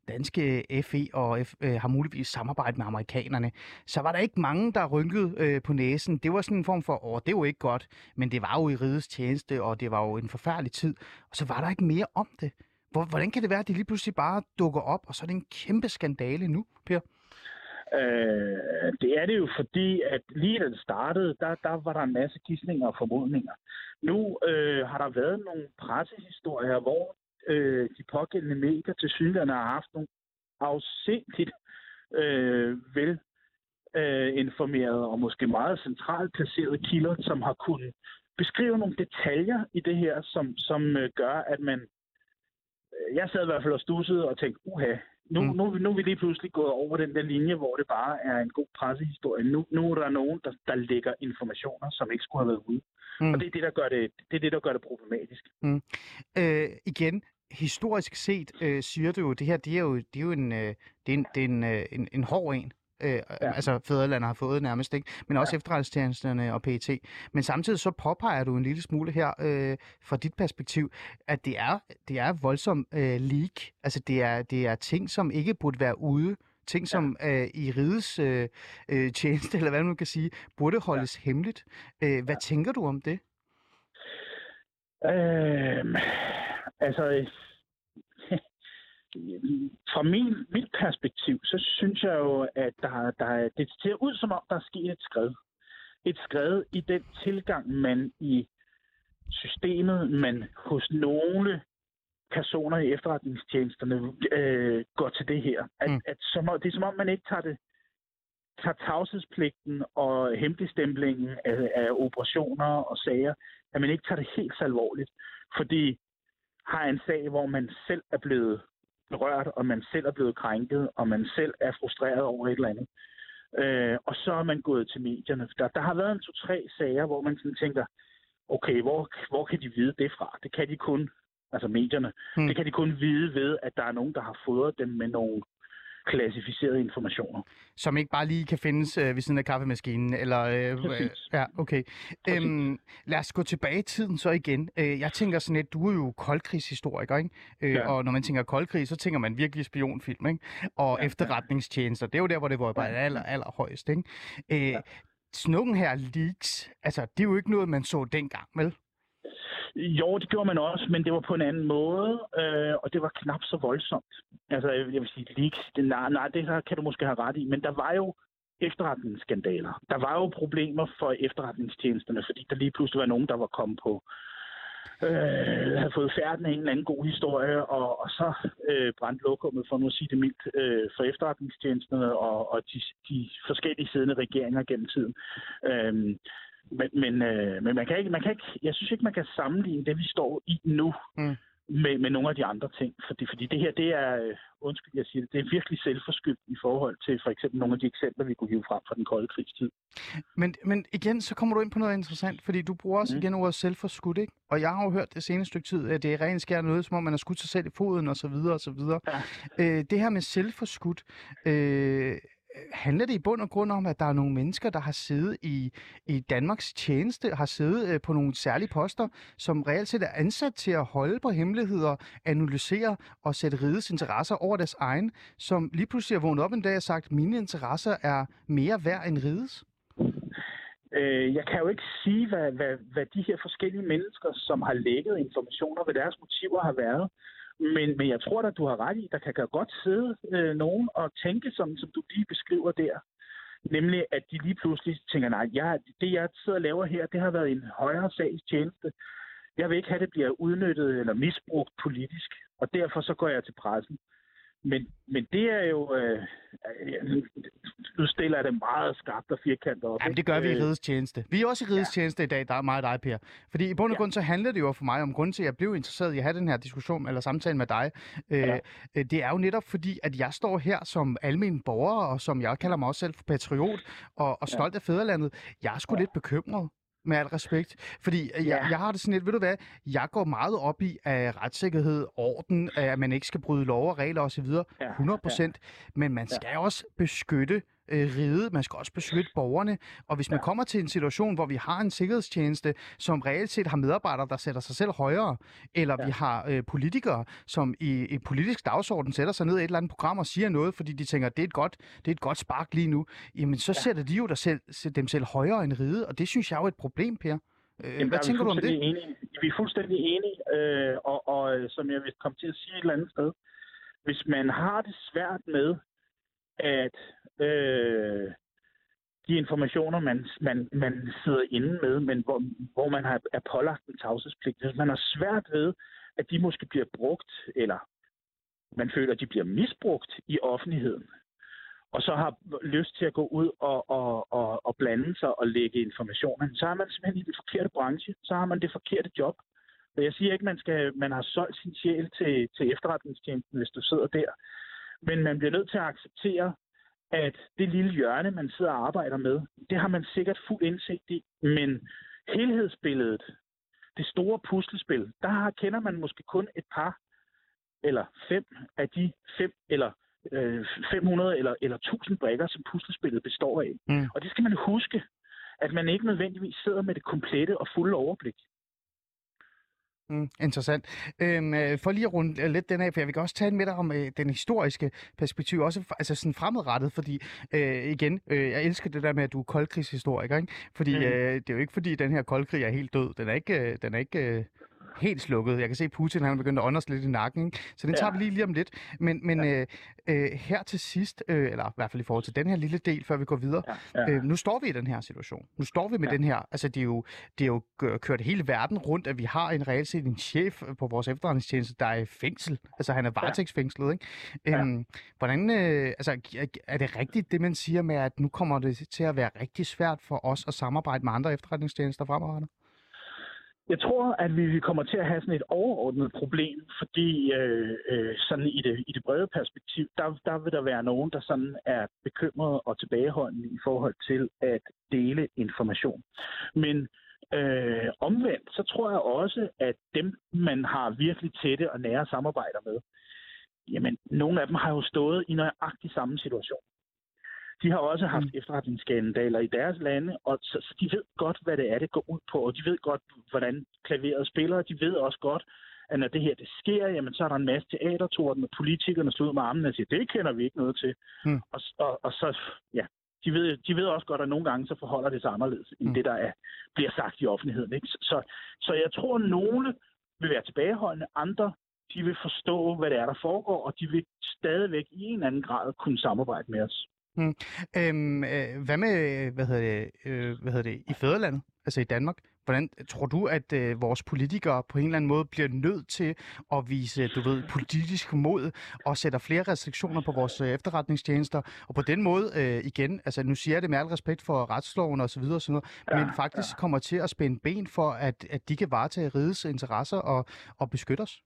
danske F E og F, øh, har muligvis samarbejdet med amerikanerne, så var der ikke mange, der rynkede øh, på næsen. Det var sådan en form for, åh, det var ikke godt, men det var jo i rigets tjeneste, og det var jo en forfærdelig tid. Og så var der ikke mere om det. Hvordan kan det være, at det lige pludselig bare dukker op, og så er det en kæmpe skandale nu, Per? Øh, det er det jo fordi, at lige da det startede, der, der var der en masse gidsninger og formodninger. Nu øh, har der været nogle pressehistorier, hvor øh, de pågældende medier til synligheden har haft nogle afsindigt øh, vel øh, informerede og måske meget centralt placerede kilder, som har kunnet beskrive nogle detaljer i det her, som, som øh, gør, at man... Jeg sad i hvert fald og stussede og tænkte, uha, nu, mm. nu, nu er vi lige pludselig gået over den der linje, hvor det bare er en god pressehistorie. Nu, nu er der nogen, der, der lægger informationer, som ikke skulle have været ude. Mm. Og det er det, der gør det, det, er det, der gør det problematisk. Mm. Øh, igen, historisk set øh, siger du jo, det her, det er jo, det er jo en, øh, det er en, det er en, øh, en, en hård en. Øh, ja. Altså fædrelandet har fået nærmest, ikke? Men også ja. Efterretningstjenesterne og P E T. Men samtidig så påpeger du en lille smule her øh, fra dit perspektiv, at det er, det er voldsom øh, leak. Altså det er, det er ting, som ikke burde være ude. Ting, ja. som øh, i rigets øh, øh, tjeneste, eller hvad man kan sige, burde holdes ja. hemmeligt. Øh, hvad ja. tænker du om det? Øh, altså... Fra min, mit perspektiv, så synes jeg jo, at der, der, det ser ud som om, der er sket et skred. Et skred i den tilgang, man i systemet, man hos nogle personer i efterretningstjenesterne øh, går til det her. At, mm. at som, det er som om, man ikke tager det tager tavshedspligten og hemmeligstemplingen af, af operationer og sager, at man ikke tager det helt så alvorligt. Fordi har en sag, hvor man selv er blevet berørt, og man selv er blevet krænket, og man selv er frustreret over et eller andet. Øh, og så er man gået til medierne. Der, der har været en to-tre sager, hvor man sådan tænker, okay, hvor, hvor kan de vide det fra? Det kan de kun, altså medierne, hmm. det kan de kun vide ved, at der er nogen, der har fodret dem med nogle klassificerede informationer. Som ikke bare lige kan findes øh, ved siden af kaffemaskinen, eller... Øh, øh, ja, okay. Øhm, lad os gå tilbage i tiden så igen. Øh, jeg tænker sådan lidt, du er jo koldkrigshistoriker, ikke? Øh, ja. Og når man tænker koldkrig, så tænker man virkelig spionfilm, ikke? Og ja, efterretningstjenester, det er jo der, hvor det var bare ja. aller, aller højst, ikke? Øh, ja. Sådan her leaks, altså, det er jo ikke noget, man så dengang, vel? Jo, det gjorde man også, men det var på en anden måde, øh, og det var knap så voldsomt. Altså, jeg vil sige, leaks, det, nej, nej, det her kan du måske have ret i, men der var jo efterretningsskandaler. Der var jo problemer for efterretningstjenesterne, fordi der lige pludselig var nogen, der var kommet på, øh, havde fået færden af en eller anden god historie, og, og så øh, brændte lokummet, for nu at sige det mildt, øh, for efterretningstjenesterne og, og de, de forskellige siddende regeringer gennem tiden. Øh, Men, men, øh, men man kan ikke, man kan ikke, jeg synes ikke, man kan sammenligne det, vi står i nu, mm. med, med nogle af de andre ting. Fordi, fordi det her, det er, øh, undskyld, jeg siger det, det er virkelig selvforskyldt i forhold til for eksempel nogle af de eksempler, vi kunne hive frem fra den kolde krigstid. Men, men igen, så kommer du ind på noget interessant, fordi du bruger også mm. igen ordet selvforskudt, ikke? Og jeg har jo hørt det seneste stykke tid, at det er rent skær noget, som om man har skudt sig selv i foden, og så videre, og så videre. Ja. Øh, det her med selvforskudt, øh, handler det i bund og grund om, at der er nogle mennesker, der har siddet i, i Danmarks tjeneste, har siddet øh, på nogle særlige poster, som reelt set er ansat til at holde på hemmeligheder, analysere og sætte rigets interesser over deres egen, som lige pludselig har vågnet op en dag og sagt, mine interesser er mere værd end rigets? Øh, jeg kan jo ikke sige, hvad, hvad, hvad de her forskellige mennesker, som har lækket informationer, hvad deres motiver har været. Men, men jeg tror da, du har ret i, der kan godt sidde øh, nogen og tænke, som, som du lige beskriver der. Nemlig, at de lige pludselig tænker, nej, jeg, det jeg sidder og laver her, det har været en højere sags tjeneste. Jeg vil ikke have, at det bliver udnyttet eller misbrugt politisk, og derfor så går jeg til pressen. Men, men det er jo... Øh, nu stiller jeg det meget skarpt og firkantet op. Jamen, det gør vi i rigets tjeneste. Vi er også i rigets ja. tjeneste i dag, der er meget dig, Per. Fordi i bund og grund, så handler det jo for mig om grunden til, at jeg blev interesseret i at have den her diskussion eller samtale med dig. Ja. Øh, det er jo netop fordi, at jeg står her som almen borger, og som jeg kalder mig også selv for patriot, og, og stolt ja. af fædrelandet. Jeg er sgu ja. lidt bekymret. Med al respekt. Fordi jeg, ja. jeg har det sådan lidt, ved du hvad, jeg går meget op i af retssikkerhed, orden, at man ikke skal bryde lov og regler osv. hundrede procent. Ja. Men man skal ja. også beskytte øh, riget, man skal også beskytte borgerne. Og hvis man kommer til en situation, hvor vi har en sikkerhedstjeneste, som reelt set har medarbejdere, der sætter sig selv højere, eller ja. vi har øh, politikere, som i en politisk dagsorden sætter sig ned i et eller andet program og siger noget, fordi de tænker, det er et godt, det er et godt spark lige nu, jamen så ja. sætter de jo der selv, dem selv højere end riget, og det synes jeg er jo et problem, Per. Jamen, Hvad tænker du om det? Enige. Vi er fuldstændig enige, øh, og, og som jeg vil komme til at sige et eller andet sted, hvis man har det svært med at øh, de informationer, man, man, man sidder inde med, men hvor, hvor man har, er pålagt en tavshedspligt, hvis man har svært ved, at de måske bliver brugt, eller man føler, at de bliver misbrugt i offentligheden, og så har lyst til at gå ud og, og, og, og blande sig og lægge informationer, så har man simpelthen i den forkerte branche, så har man det forkerte job. Og jeg siger ikke, at man, skal, man har solgt sin sjæl til, til efterretningstjenesten, hvis du sidder der, men man bliver nødt til at acceptere, at det lille hjørne, man sidder og arbejder med, det har man sikkert fuld indsigt i, men helhedsbilledet, det store puslespil, der har, kender man måske kun et par eller fem af de fem eller fem hundrede eller, eller tusind brikker, som puslespillet består af. Mm. Og det skal man huske, at man ikke nødvendigvis sidder med det komplette og fulde overblik. Mm, interessant. Øhm, for lige at runde lidt den af, for jeg vil også tale med dig om øh, den historiske perspektiv, også altså sådan fremadrettet, fordi øh, igen, øh, jeg elsker det der med, at du er koldkrigshistoriker, ikke? Fordi mm. øh, det er jo ikke fordi, den her koldkrig er helt død. Den er ikke, øh, den er ikke øh, helt slukket. Jeg kan se, at Putin han er begyndt at ånde lidt i nakken, ikke? Så den tager ja. vi lige, lige om lidt. Men, men ja. øh, øh, her til sidst, øh, eller i hvert fald i forhold til den her lille del, før vi går videre, ja. Ja. Øh, nu står vi i den her situation. Nu står vi med ja. den her, altså det er jo, det er jo kørt hele verden rundt, at vi har en reelt set en chef på vores efterretningstjeneste, der er i fængsel. Altså han er varetægtsfængslet, ikke? Ja. Øhm, hvordan, øh, altså er det rigtigt, det man siger med, at nu kommer det til at være rigtig svært for os at samarbejde med andre efterretningstjenester fremadrettet? Jeg tror, at vi kommer til at have sådan et overordnet problem, fordi øh, øh, sådan i det, i det brede perspektiv, der, der vil der være nogen, der sådan er bekymrede og tilbageholdende i forhold til at dele information. Men øh, omvendt, så tror jeg også, at dem, man har virkelig tætte og nære samarbejder med, jamen, nogle af dem har jo stået i nøjagtig samme situation. De har også haft mm. efterretningsskandaler i deres lande, og så, så de ved godt, hvad det er, det går ud på, og de ved godt, hvordan klaveret spiller, og de ved også godt, at når det her det sker, jamen så er der en masse teatertorden, og politikerne slår ud med armene og siger, det kender vi ikke noget til. Mm. Og, og, og så, ja, de ved, de ved også godt, at nogle gange så forholder det sig anderledes, end mm. det, der er, bliver sagt i offentligheden. Ikke? Så, så jeg tror, at nogle vil være tilbageholdende, andre de vil forstå, hvad det er, der foregår, og de vil stadigvæk i en eller anden grad kunne samarbejde med os. Hmm. Øhm, øh, hvad med, hvad hedder det, øh, hvad hedder det, i fædrelandet, altså i Danmark? Hvordan tror du, at øh, vores politikere på en eller anden måde bliver nødt til at vise, du ved, politisk mod og sætter flere restriktioner på vores øh, efterretningstjenester? Og på den måde, øh, igen, altså nu siger jeg det med al respekt for retsloven og så videre, og sådan noget, ja, men faktisk ja. kommer til at spænde ben for, at, at de kan varetage rigets interesser og, og beskytte os?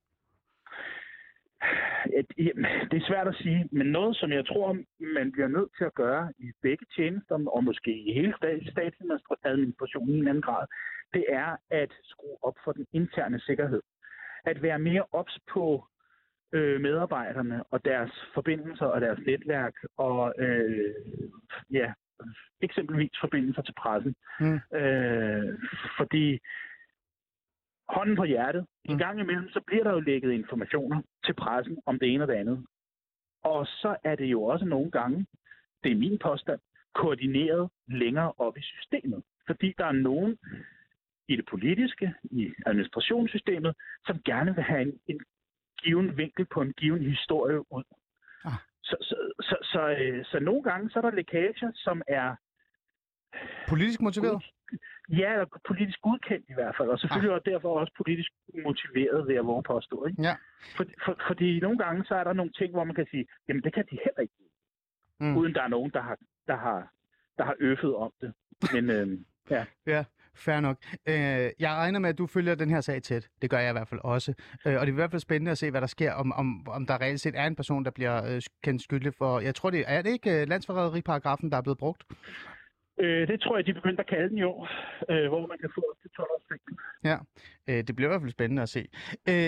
Det er svært at sige, men noget, som jeg tror, man bliver nødt til at gøre i begge tjenester, og måske i hele statsadministrationen i en anden grad, det er at skrue op for den interne sikkerhed. At være mere ops på øh, medarbejderne og deres forbindelser og deres netværk, og øh, ja, eksempelvis forbindelser til pressen. Mm. Øh, fordi hånden på hjertet. En gang imellem, så bliver der jo lækket informationer til pressen om det ene og det andet. Og så er det jo også nogle gange, det er min påstand, koordineret længere op i systemet. Fordi der er nogen i det politiske, i administrationssystemet, som gerne vil have en, en given vinkel på en given historie ud. Ah. Så, så, så, så, så, så nogle gange, så er der lækager, som er politisk motiveret? Ja, politisk godkendt i hvert fald, og selvfølgelig ah. også derfor også politisk motiveret, ved at våge påstå. Ikke? Ja. For, for, fordi nogle gange, så er der nogle ting, hvor man kan sige, jamen det kan de heller ikke, mm. uden der er nogen, der har, der har, der har øffet om det. Men øh, ja. Ja, fair nok. Øh, jeg regner med, at du følger den her sag tæt. Det gør jeg i hvert fald også. Øh, og det er i hvert fald spændende at se, hvad der sker, om, om, om der reelt set er en person, der bliver øh, kendt skyldig for, jeg tror det er det ikke landsforræderiparagrafen, der er blevet brugt? Øh, det tror jeg, de begyndte at kalde den jo, øh, hvor man kan få op til tolv års fængsel. Ja, øh, det bliver i hvert fald spændende at se. Øh,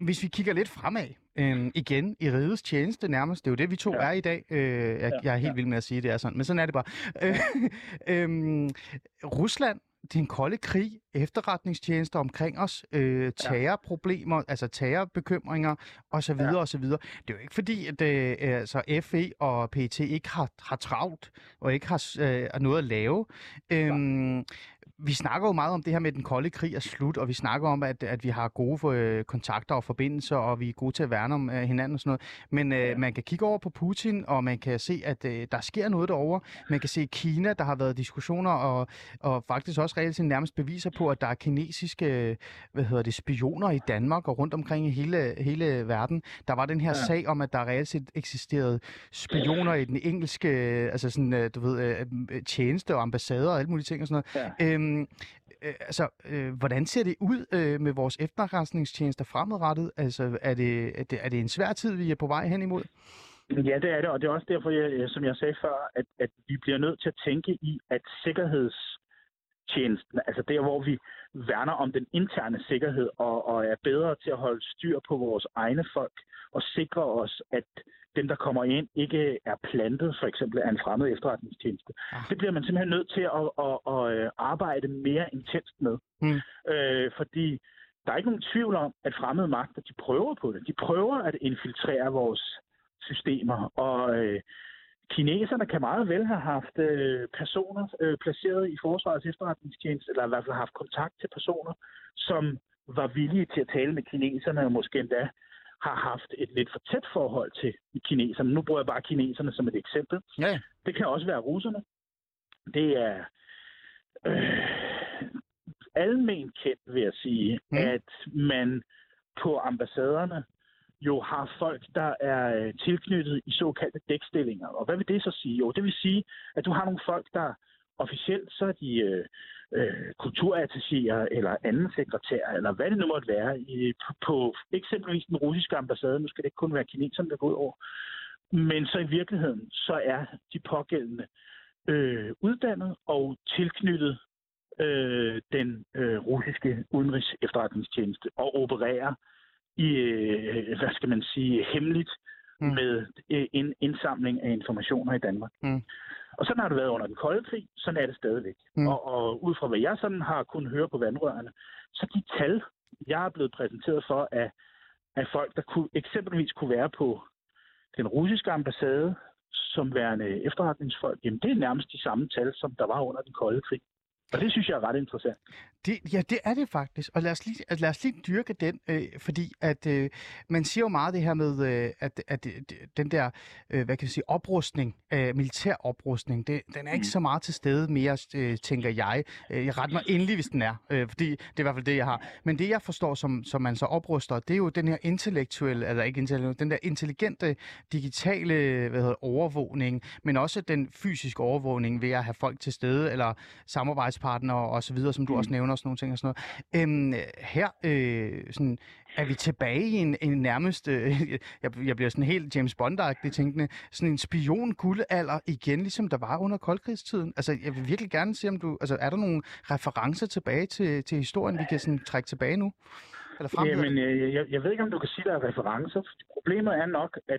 hvis vi kigger lidt fremad, øh, igen i rigets tjeneste nærmest, det er jo det, vi to ja. er i dag. Øh, jeg, jeg er helt ja. vild med at sige, det er sådan, men sådan er det bare. Øh, øh, Rusland, den kolde krig, efterretningstjenester omkring os, øh, terrorproblemer, ja. altså terrorbekymringer osv. Ja. osv. Det er jo ikke fordi, at øh, altså F E og P E T ikke har, har travlt og ikke har øh, noget at lave. Øhm, ja. Vi snakker jo meget om det her med, at den kolde krig er slut, og vi snakker om, at, at vi har gode øh, kontakter og forbindelser, og vi er gode til at værne om øh, hinanden og sådan noget. Men øh, ja. man kan kigge over på Putin, og man kan se, at øh, der sker noget derovre. Man kan se Kina, der har været diskussioner, og, og faktisk også reelt nærmest beviser på, at der er kinesiske hvad hedder det, spioner i Danmark og rundt omkring i hele, hele verden. Der var den her ja. sag om, at der reelt set eksisterede spioner i den engelske altså sådan, du ved, tjeneste og ambassader og alle mulige ting og sådan noget. Ja. Øhm, øh, altså, øh, hvordan ser det ud øh, med vores efterretningstjenester fremadrettet? Altså, er det, er, det, er det en svær tid, vi er på vej hen imod? Ja, det er det, og det er også derfor, jeg, som jeg sagde før, at, at vi bliver nødt til at tænke i, at sikkerhedstjenesten, altså der, hvor vi værner om den interne sikkerhed og, og er bedre til at holde styr på vores egne folk og sikre os, at dem, der kommer ind, ikke er plantet, for eksempel af en fremmed efterretningstjeneste. Ah. Det bliver man simpelthen nødt til at, at, at arbejde mere intenst med. Mm. Øh, fordi der er ikke nogen tvivl om, at fremmede magter, de prøver på det. De prøver at infiltrere vores systemer, og øh, kineserne kan meget vel have haft øh, personer øh, placeret i Forsvarets efterretningstjeneste, eller i hvert fald haft kontakt til personer, som var villige til at tale med kineserne, og måske endda har haft et lidt for tæt forhold til kineserne. Nu bruger jeg bare kineserne som et eksempel. Ja. Det kan også være russerne. Det er øh, alment kendt, vil jeg sige, mm. at man på ambassaderne jo har folk, der er tilknyttet i såkaldte dækstillinger. Og hvad vil det så sige? Jo, det vil sige, at du har nogle folk, der officielt så er de øh, øh, kulturattachéer eller anden sekretær, eller hvad det nu måtte være, i, på, på eksempelvis den russiske ambassade. Nu skal det ikke kun være kineserne, der går ud over. Men så i virkeligheden, så er de pågældende øh, uddannet og tilknyttet øh, den øh, russiske udenrigs efterretningstjeneste og opererer i, øh, hvad skal man sige, hemmeligt mm. med øh, en indsamling af informationer i Danmark. Mm. Og sådan har det været under den kolde krig, sådan er det stadigvæk. Mm. Og, og ud fra hvad jeg sådan har kunnet høre på vandrørene, så de tal, jeg er blevet præsenteret for, af, af folk, der kunne, eksempelvis kunne være på den russiske ambassade, som værende efterretningsfolk, jamen det er nærmest de samme tal, som der var under den kolde krig. Og det synes jeg er ret interessant. Det, ja, det er det faktisk. Og lad os lige, lad os lige dyrke den, øh, fordi at øh, man siger jo meget det her med, øh, at, at den der, øh, hvad kan jeg sige, oprustning, øh, militær oprustning, det, den er ikke mm. så meget til stede mere, øh, tænker jeg. Øh, jeg retter mig endelig, hvis den er, øh, fordi det er i hvert fald det, jeg har. Men det, jeg forstår, som, som man så opruster, det er jo den her intellektuelle, eller ikke intellektuelle, den der intelligente, digitale hvad hedder, overvågning, men også den fysiske overvågning ved at have folk til stede, eller samarbejdspartnere og så videre, som du mm. også nævner, sådan nogle ting og sådan noget. Øhm, her øh, sådan, er vi tilbage i en, en nærmest, øh, jeg, jeg bliver sådan helt James Bond-agtig tænkende, sådan en spion-guldalder igen, ligesom der var under koldkrigstiden. Altså, jeg vil virkelig gerne se, om du, altså, er der nogle referencer tilbage til, til historien, vi kan sådan trække tilbage nu? Eller Jamen, jeg, jeg, jeg ved ikke, om du kan sige, der er referencer. Problemet er nok, at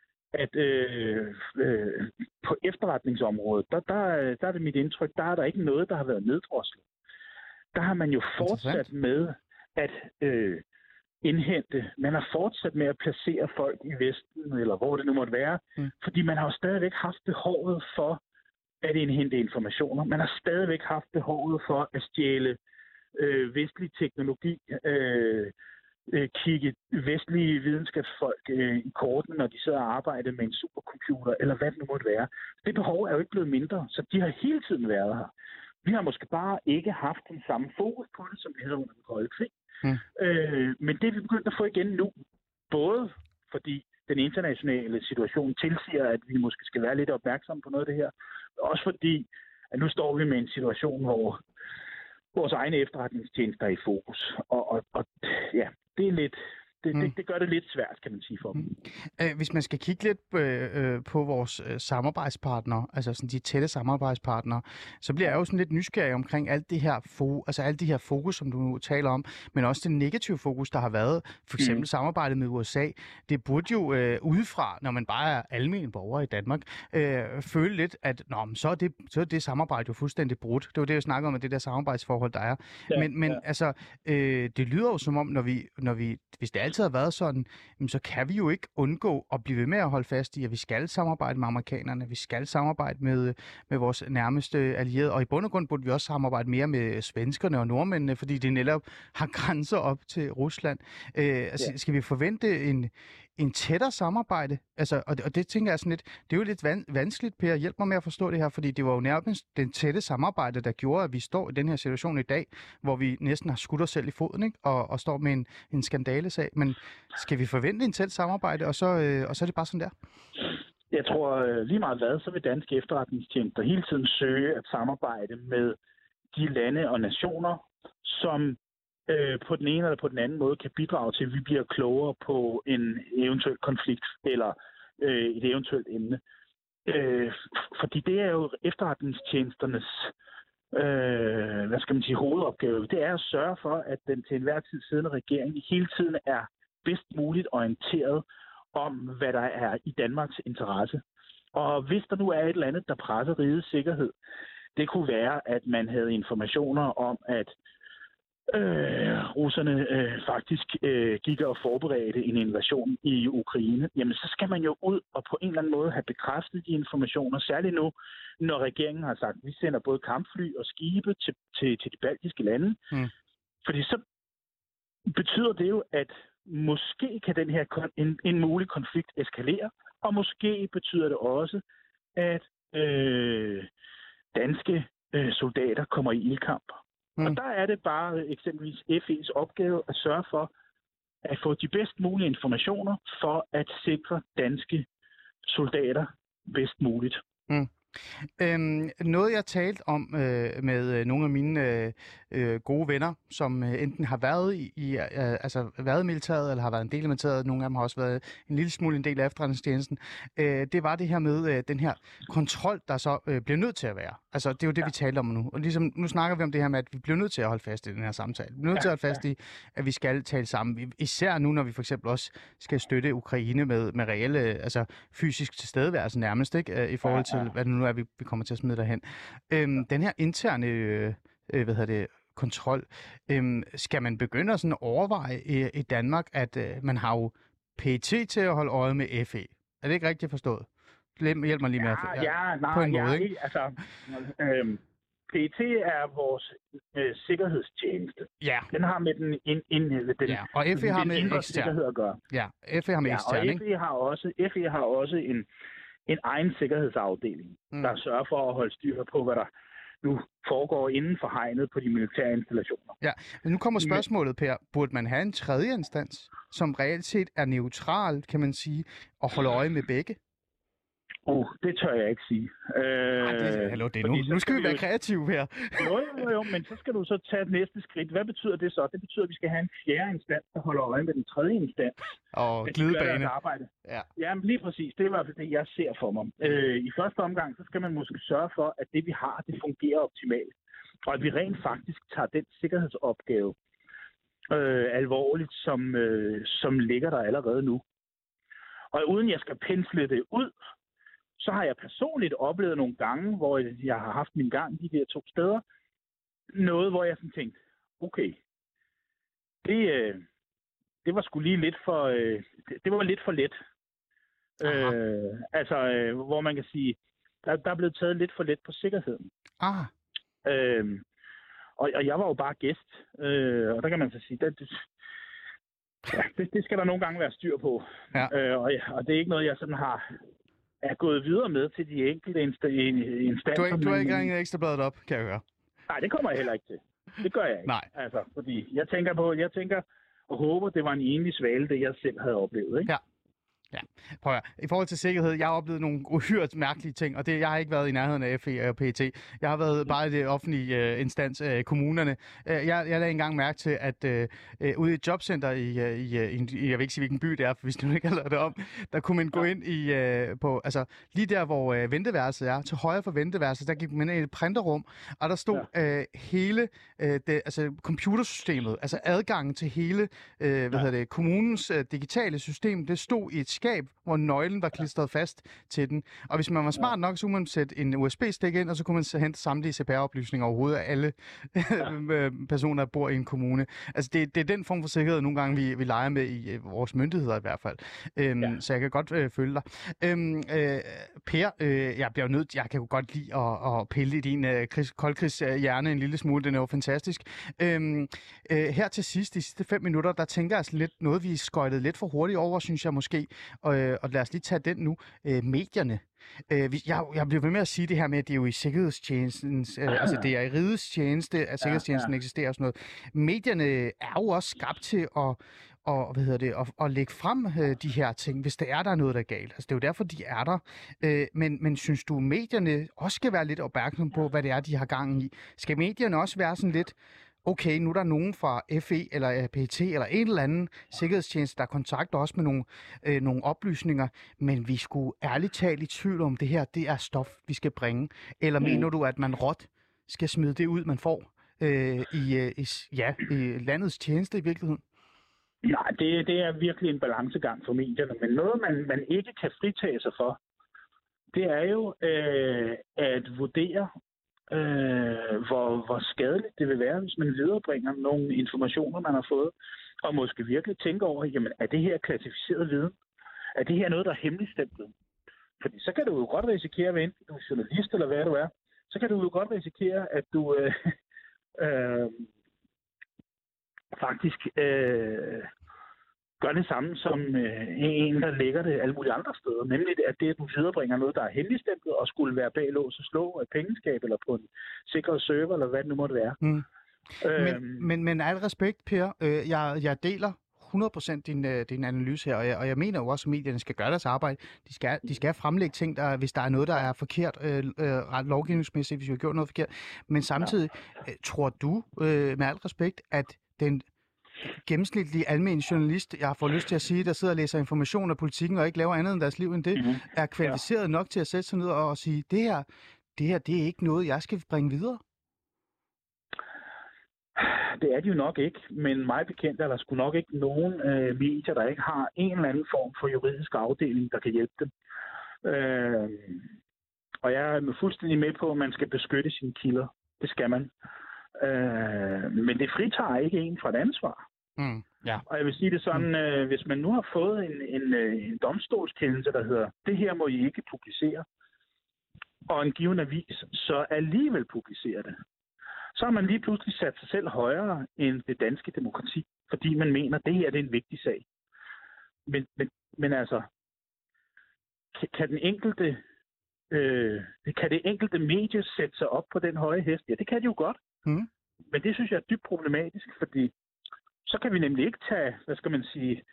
at øh, øh, på efterretningsområdet, der, der, der er det mit indtryk, der er der ikke noget, der har været neddroslet. Der har man jo fortsat med at øh, indhente, man har fortsat med at placere folk i Vesten, eller hvor det nu måtte være, mm. fordi man har jo stadigvæk haft behovet for at indhente informationer. Man har stadigvæk haft behovet for at stjæle øh, vestlig teknologi, øh, øh, kigge vestlige videnskabsfolk øh, i korten, når de sidder og arbejder med en supercomputer, eller hvad det nu måtte være. Det behov er jo ikke blevet mindre, så de har hele tiden været her. Vi har måske bare ikke haft den samme fokus på det, som vi havde under den kolde krig. Mm. Øh, men det er vi begyndt at få igen nu. Både fordi den internationale situation tilsiger, at vi måske skal være lidt opmærksomme på noget af det her. Også fordi, at nu står vi med en situation, hvor vores egne efterretningstjenester er i fokus. Og, og, og ja, det er lidt, Det, Mm. det, det gør det lidt svært, kan man sige, for dem. Mm. Hvis man skal kigge lidt øh, på vores øh, samarbejdspartnere, altså sådan de tætte samarbejdspartnere, så bliver jeg jo sådan lidt nysgerrig omkring alt det her fo- altså alt det her fokus, som du nu taler om, men også det negative fokus, der har været, for eksempel mm. samarbejdet med U S A. Det burde jo øh, udefra, når man bare er almen borger i Danmark, øh, føle lidt, at nå, så, er det, så er det samarbejde jo fuldstændig brudt. Det var det, jeg snakkede om, at det der samarbejdsforhold, der er. Ja, men men ja. altså, øh, det lyder jo som om, når vi, når vi, hvis det altid har været sådan, så kan vi jo ikke undgå at blive ved med at holde fast i, at vi skal samarbejde med amerikanerne, vi skal samarbejde med, med vores nærmeste allierede, og i bund og grund burde vi også samarbejde mere med svenskerne og nordmændene, fordi det netop har grænser op til Rusland. Øh, altså, ja. Skal vi forvente en, en tættere samarbejde? Altså, og, det, og det tænker jeg sådan lidt, det er jo lidt van, vanskeligt, Per, hjælp mig med at forstå det her, fordi det var jo nærmest den tætte samarbejde, der gjorde, at vi står i den her situation i dag, hvor vi næsten har skudt os selv i foden, ikke? Og, og står med en, en skandalesag. Men skal vi forvente en tæt samarbejde, og så, øh, og så er det bare sådan der? Jeg tror lige meget hvad, så vil danske efterretningstjenester hele tiden søge at samarbejde med de lande og nationer, som øh, på den ene eller på den anden måde kan bidrage til, at vi bliver klogere på en eventuel konflikt eller øh, et eventuelt emne. Øh, fordi det er jo efterretningstjenesternes øh, hvad skal man sige, hovedopgave. Det er at sørge for, at den til enhver tid siddende regering hele tiden er bedst muligt orienteret om, hvad der er i Danmarks interesse. Og hvis der nu er et eller andet, der presser rigets sikkerhed, det kunne være, at man havde informationer om, at øh, russerne øh, faktisk øh, gik og forberedte en invasion i Ukraine. Jamen, så skal man jo ud og på en eller anden måde have bekræftet de informationer, særligt nu, når regeringen har sagt, at vi sender både kampfly og skibe til, til, til de baltiske lande. Mm. Fordi så betyder det jo, at måske kan den her en, en mulig konflikt eskalere, og måske betyder det også, at øh, danske øh, soldater kommer i ildkamp. Mm. Og der er det bare eksempelvis F E's opgave at sørge for at få de bedst mulige informationer for at sikre danske soldater bedst muligt. Mm. Øhm, noget jeg talt om øh, med øh, nogle af mine øh, gode venner, som øh, enten har været i, i øh, altså været i militæret eller har været en del af militæret, nogle af dem har også været en lille smule en del af efterretningstjenesten, øh, det var det her med øh, den her kontrol, der så øh, bliver nødt til at være. Altså det er jo det, ja. vi taler om nu. Og ligesom nu snakker vi om det her med, at vi bliver nødt til at holde fast i den her samtale. Vi bliver nødt ja, til at holde fast ja. i, at vi skal tale sammen. Især nu, når vi for eksempel også skal støtte Ukraine med, med reelle, altså fysisk tilstedeværelse nærmest, ikke? I forhold til, ja, ja. hvad det nu er, vi vi kommer til at smide derhen. Øhm, den her interne øh, hvad hedder det, kontrol, øhm, skal man begynde at sådan overveje i, i Danmark, at øh, man har jo P E T til at holde øje med F E. Er det ikke rigtigt forstået? Hjælp mig lige med ja, at ja, nej, på en måde, ja, ikke? ikke? Altså, øhm, P E T er vores øh, sikkerhedstjeneste. Ja. Den har med den, in, in, den, ja. Og F E har med ekstern sikkerhed at gøre. Ja, F E har med ja, ekstern, og F E har også, F E har også en en egen sikkerhedsafdeling, mm. der sørger for at holde styr på, hvad der nu foregår inden for hegnet på de militære installationer. Ja, men nu kommer spørgsmålet, Per. Burde man have en tredje instans, som reelt set er neutral, kan man sige, og holde øje med begge? Oh, det tør jeg ikke sige. Øh, Ej, det, hallo, det er nu. Nu skal vi være kreative her. jo, jo, jo, men så skal du så tage et næste skridt. Hvad betyder det så? Det betyder, at vi skal have en fjerde instans, der holder øje med den tredje instans. Og glidebane. Ja. ja, men lige præcis. Det er i hvert fald det, jeg ser for mig. Øh, I første omgang, så skal man måske sørge for, at det, vi har, det fungerer optimalt. Og at vi rent faktisk tager den sikkerhedsopgave øh, alvorligt, som, øh, som ligger der allerede nu. Og uden jeg skal pensle det ud, så har jeg personligt oplevet nogle gange, hvor jeg har haft min gang de der to steder. Noget, hvor jeg sådan tænkte, okay, det, øh, det var sgu lige lidt for, øh, det, det var lidt for let. Øh, altså, øh, hvor man kan sige, der, der er blevet taget lidt for let på sikkerheden. Ah. Øh, og, og jeg var jo bare gæst, øh, og der kan man så sige, det, det, ja, det, det skal der nogle gange være styr på. Ja. Øh, og, og det er ikke noget, jeg sådan har... er gået videre med til de enkelte insta- instanser. Du har ikke, du har ikke ringet Ekstrabladet op, kan jeg høre. Nej, det kommer jeg heller ikke til. Det gør jeg ikke. Nej. Altså, fordi jeg tænker på, jeg tænker og håber, det var en enlig svale, det jeg selv havde oplevet. Ikke? Ja. Ja, prøv at, i forhold til sikkerhed, jeg har oplevet nogle uhyret mærkelige ting, og det, jeg har ikke været i nærheden af F E og P E T. Jeg har været bare i det offentlige uh, instans, uh, kommunerne. Uh, jeg, jeg lagde engang mærke til, at uh, uh, ude i et jobcenter i, uh, i, uh, i, jeg vil ikke sige, hvilken by det er, for hvis du ikke har lavet det om, der kunne man gå ind i, uh, på, altså lige der, hvor uh, venteværelset er, til højre for venteværelset, der gik man ind i et printerrum, og der stod ja. uh, hele uh, det, altså computersystemet, altså adgangen til hele uh, hvad ja. hedder det, kommunens uh, digitale system, det stod i et skab, hvor nøglen var klistret fast til den. Og hvis man var smart nok, så kunne man sætte en U S B-stik ind, og så kunne man så hente samtlige C P R-oplysninger overhovedet af alle ja. personer, der bor i en kommune. Altså, det, det er den form for sikkerhed, nogle gange vi, vi leger med i øh, vores myndigheder i hvert fald. Øhm, ja. Så jeg kan godt øh, følge dig. Øhm, øh, Per, øh, jeg bliver nødt, jeg kan jo godt lide at, at pille i din øh, koldkrigshjerne en lille smule. Den er jo fantastisk. Øhm, øh, her til sidst, de sidste fem minutter, der tænker jeg sådan lidt noget, vi skøjtede lidt for hurtigt over, synes jeg måske. Og, og lad os lige tage den nu. Øh, medierne. Øh, jeg, jeg bliver ved med at sige det her med, at det er jo i sikkerhedstjenestens, øh, altså det er i rigets tjeneste, at sikkerhedstjenesten ja, ja. eksisterer og sådan noget. Medierne er jo også skabt til at, og, hvad hedder det, at, at lægge frem øh, de her ting, hvis der er der noget, der er galt. Altså det er jo derfor, de er der. Øh, men, men synes du, medierne også skal være lidt opmærksom på, hvad det er, de har gang i? Skal medierne også være sådan lidt, okay, nu er der nogen fra F E eller P E T eller en eller anden sikkerhedstjeneste, der kontakter os med nogle, øh, nogle oplysninger, men vi skulle ærligt talt i tvivl om, det her, det er stof, vi skal bringe. Eller mm. mener du, at man råt skal smide det ud, man får øh, i, øh, i, ja, i landets tjeneste i virkeligheden? Nej, det, det er virkelig en balancegang for medierne, men noget, man, man ikke kan fritage sig for, det er jo øh, at vurdere, Øh, hvor, hvor skadeligt det vil være, hvis man viderebringer nogle informationer, man har fået, og måske virkelig tænke over, jamen, er det her klassificeret viden? Er det her noget, der er hemmeligstemplet? Fordi så kan du jo godt risikere, hvad enten du er journalist eller hvad du er, så kan du jo godt risikere, at du øh, øh, faktisk øh, gør det samme som øh, en, der lægger det alle mulige andre steder. Nemlig at det, at du viderebringer noget, der er hemmeligstemplet og skulle være bag lås og slå af pengeskab eller på en sikret server, eller hvad det nu måtte være. Mm. Øhm, men, men, men al respekt, Per, øh, jeg, jeg deler hundrede procent din, øh, din analyse her, og jeg, og jeg mener jo også, at medierne skal gøre deres arbejde. De skal, de skal fremlægge ting, der, hvis der er noget, der er forkert, øh, øh, lovgivningsmæssigt, hvis vi har gjort noget forkert. Men samtidig, øh, tror du, øh, med al respekt, at den gennemsnitlige almen journalist, jeg har fået lyst til at sige, der sidder og læser information af politikken og ikke laver andet end deres liv end det, mm-hmm. er kvalificeret ja. nok til at sætte sig ned og sige, det her, det her, det er ikke noget, jeg skal bringe videre? Det er de jo nok ikke, men mig bekendt er der sgu nok ikke nogen øh, medier, der ikke har en eller anden form for juridisk afdeling, der kan hjælpe dem. Øh, og jeg er fuldstændig med på, at man skal beskytte sine kilder. Det skal man. Øh, men det fritager ikke en fra et ansvar. Mm, ja. Og jeg vil sige det sådan, øh, hvis man nu har fået en, en, en domstolskendelse, der hedder, det her må I ikke publicere, og en given avis, så alligevel publicere det, så har man lige pludselig sat sig selv højere end det danske demokrati, fordi man mener, at det her det er en vigtig sag. Men, men, men altså, kan den enkelte øh, kan det enkelte medie sætte sig op på den høje hest? Ja, det kan de jo godt. Mm. Men det synes jeg er dybt problematisk, fordi så kan vi nemlig ikke tage, hvad skal man sige,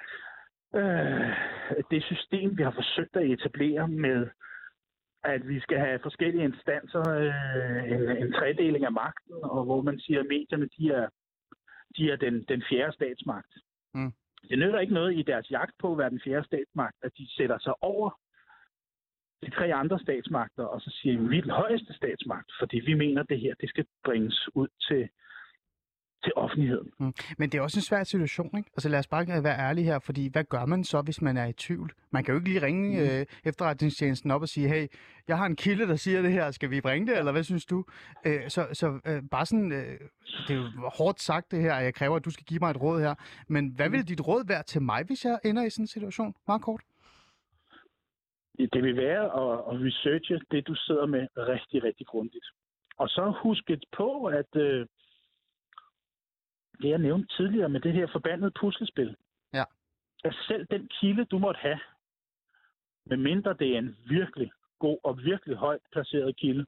øh, det system, vi har forsøgt at etablere med, at vi skal have forskellige instanser, øh, en, en tredeling af magten, og hvor man siger, at medierne de er, de er den, den fjerde statsmagt. Mm. Det nytter ikke noget i deres jagt på at være den fjerde statsmagt, at de sætter sig over de tre andre statsmagter, og så siger vi, vi er den højeste statsmagt, fordi vi mener, at det her det skal bringes ud til, til offentligheden. Mm. Men det er også en svær situation, ikke? Altså lad os bare være ærlige her, fordi hvad gør man så, hvis man er i tvivl? Man kan jo ikke lige ringe mm. øh, efterretningstjenesten op og sige, hey, jeg har en kilde, der siger det her, skal vi bringe det, eller hvad synes du? Øh, så så øh, bare sådan, øh, det er jo hårdt sagt det her, og jeg kræver, at du skal give mig et råd her, men hvad vil dit råd være til mig, hvis jeg ender i sådan en situation? Meget kort. Det vil være at, at researche det, du sidder med rigtig, rigtig grundigt. Og så husk et på, at øh, det jeg nævnte tidligere med det her forbandede puslespil, ja. at selv den kilde, du måtte have, medmindre det er en virkelig god og virkelig højt placeret kilde,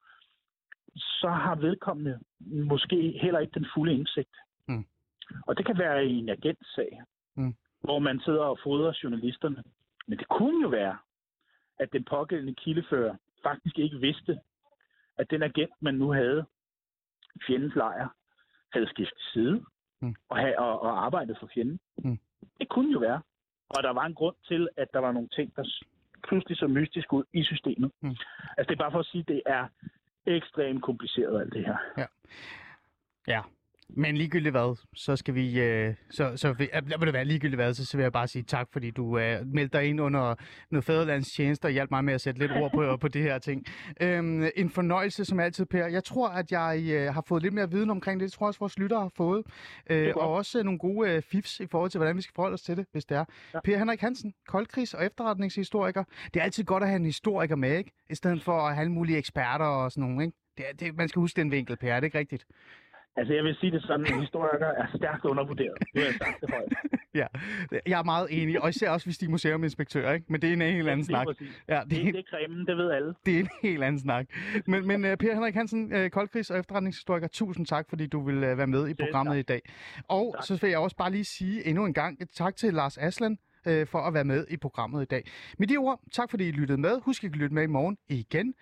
så har vedkommende måske heller ikke den fulde indsigt. Mm. Og det kan være i en agentsag, mm. hvor man sidder og fodrer journalisterne. Men det kunne jo være, at den pågældende kildefører faktisk ikke vidste, at den agent, man nu havde i fjendens lejr, havde skiftet side mm. og, have, og, og arbejdet for fjenden. Mm. Det kunne jo være. Og der var en grund til, at der var nogle ting, der pludselig så mystisk ud i systemet. Mm. Altså det er bare for at sige, at det er ekstremt kompliceret alt det her. Ja. Ja. Men ligegyldigt hvad, så skal vi, øh, så, så vil, vil det være ligegyldigt hvad, så vil jeg bare sige tak, fordi du øh, meldte dig ind under noget fædrelands tjeneste og hjalp mig med at sætte lidt ord på, på det her ting. Øhm, en fornøjelse som altid, Per. Jeg tror, at jeg øh, har fået lidt mere viden omkring det. Det tror jeg også, vores lyttere har fået. Øh, og også nogle gode øh, fifs i forhold til, hvordan vi skal forholde os til det, hvis det er. Ja. Per Henrik Hansen, koldkrigs- og efterretningshistoriker. Det er altid godt at have en historiker med, ikke? I stedet for at have alle mulige eksperter og sådan nogle, ikke? Det er, det, man skal huske den vinkel, Per. Er det ikke rigtigt? Altså, jeg vil sige det sådan, at historikere er stærkt undervurderet. Nu har jeg sagt det højt. Ja, jeg er meget enig, og især også, hvis de er museuminspektører, ikke? Men det er en helt anden snak. Ja, det, det, det er cremen, det ved alle. Det er en helt anden snak. Men, men Per Henrik Hansen, koldkrigs- og efterretningshistoriker, tusind tak, fordi du vil være med i programmet i dag. Og tak. Så vil jeg også bare lige sige endnu en gang tak til Lars Aslan for at være med i programmet i dag. Med de ord, tak fordi I lyttede med. Husk at lytte med i morgen igen.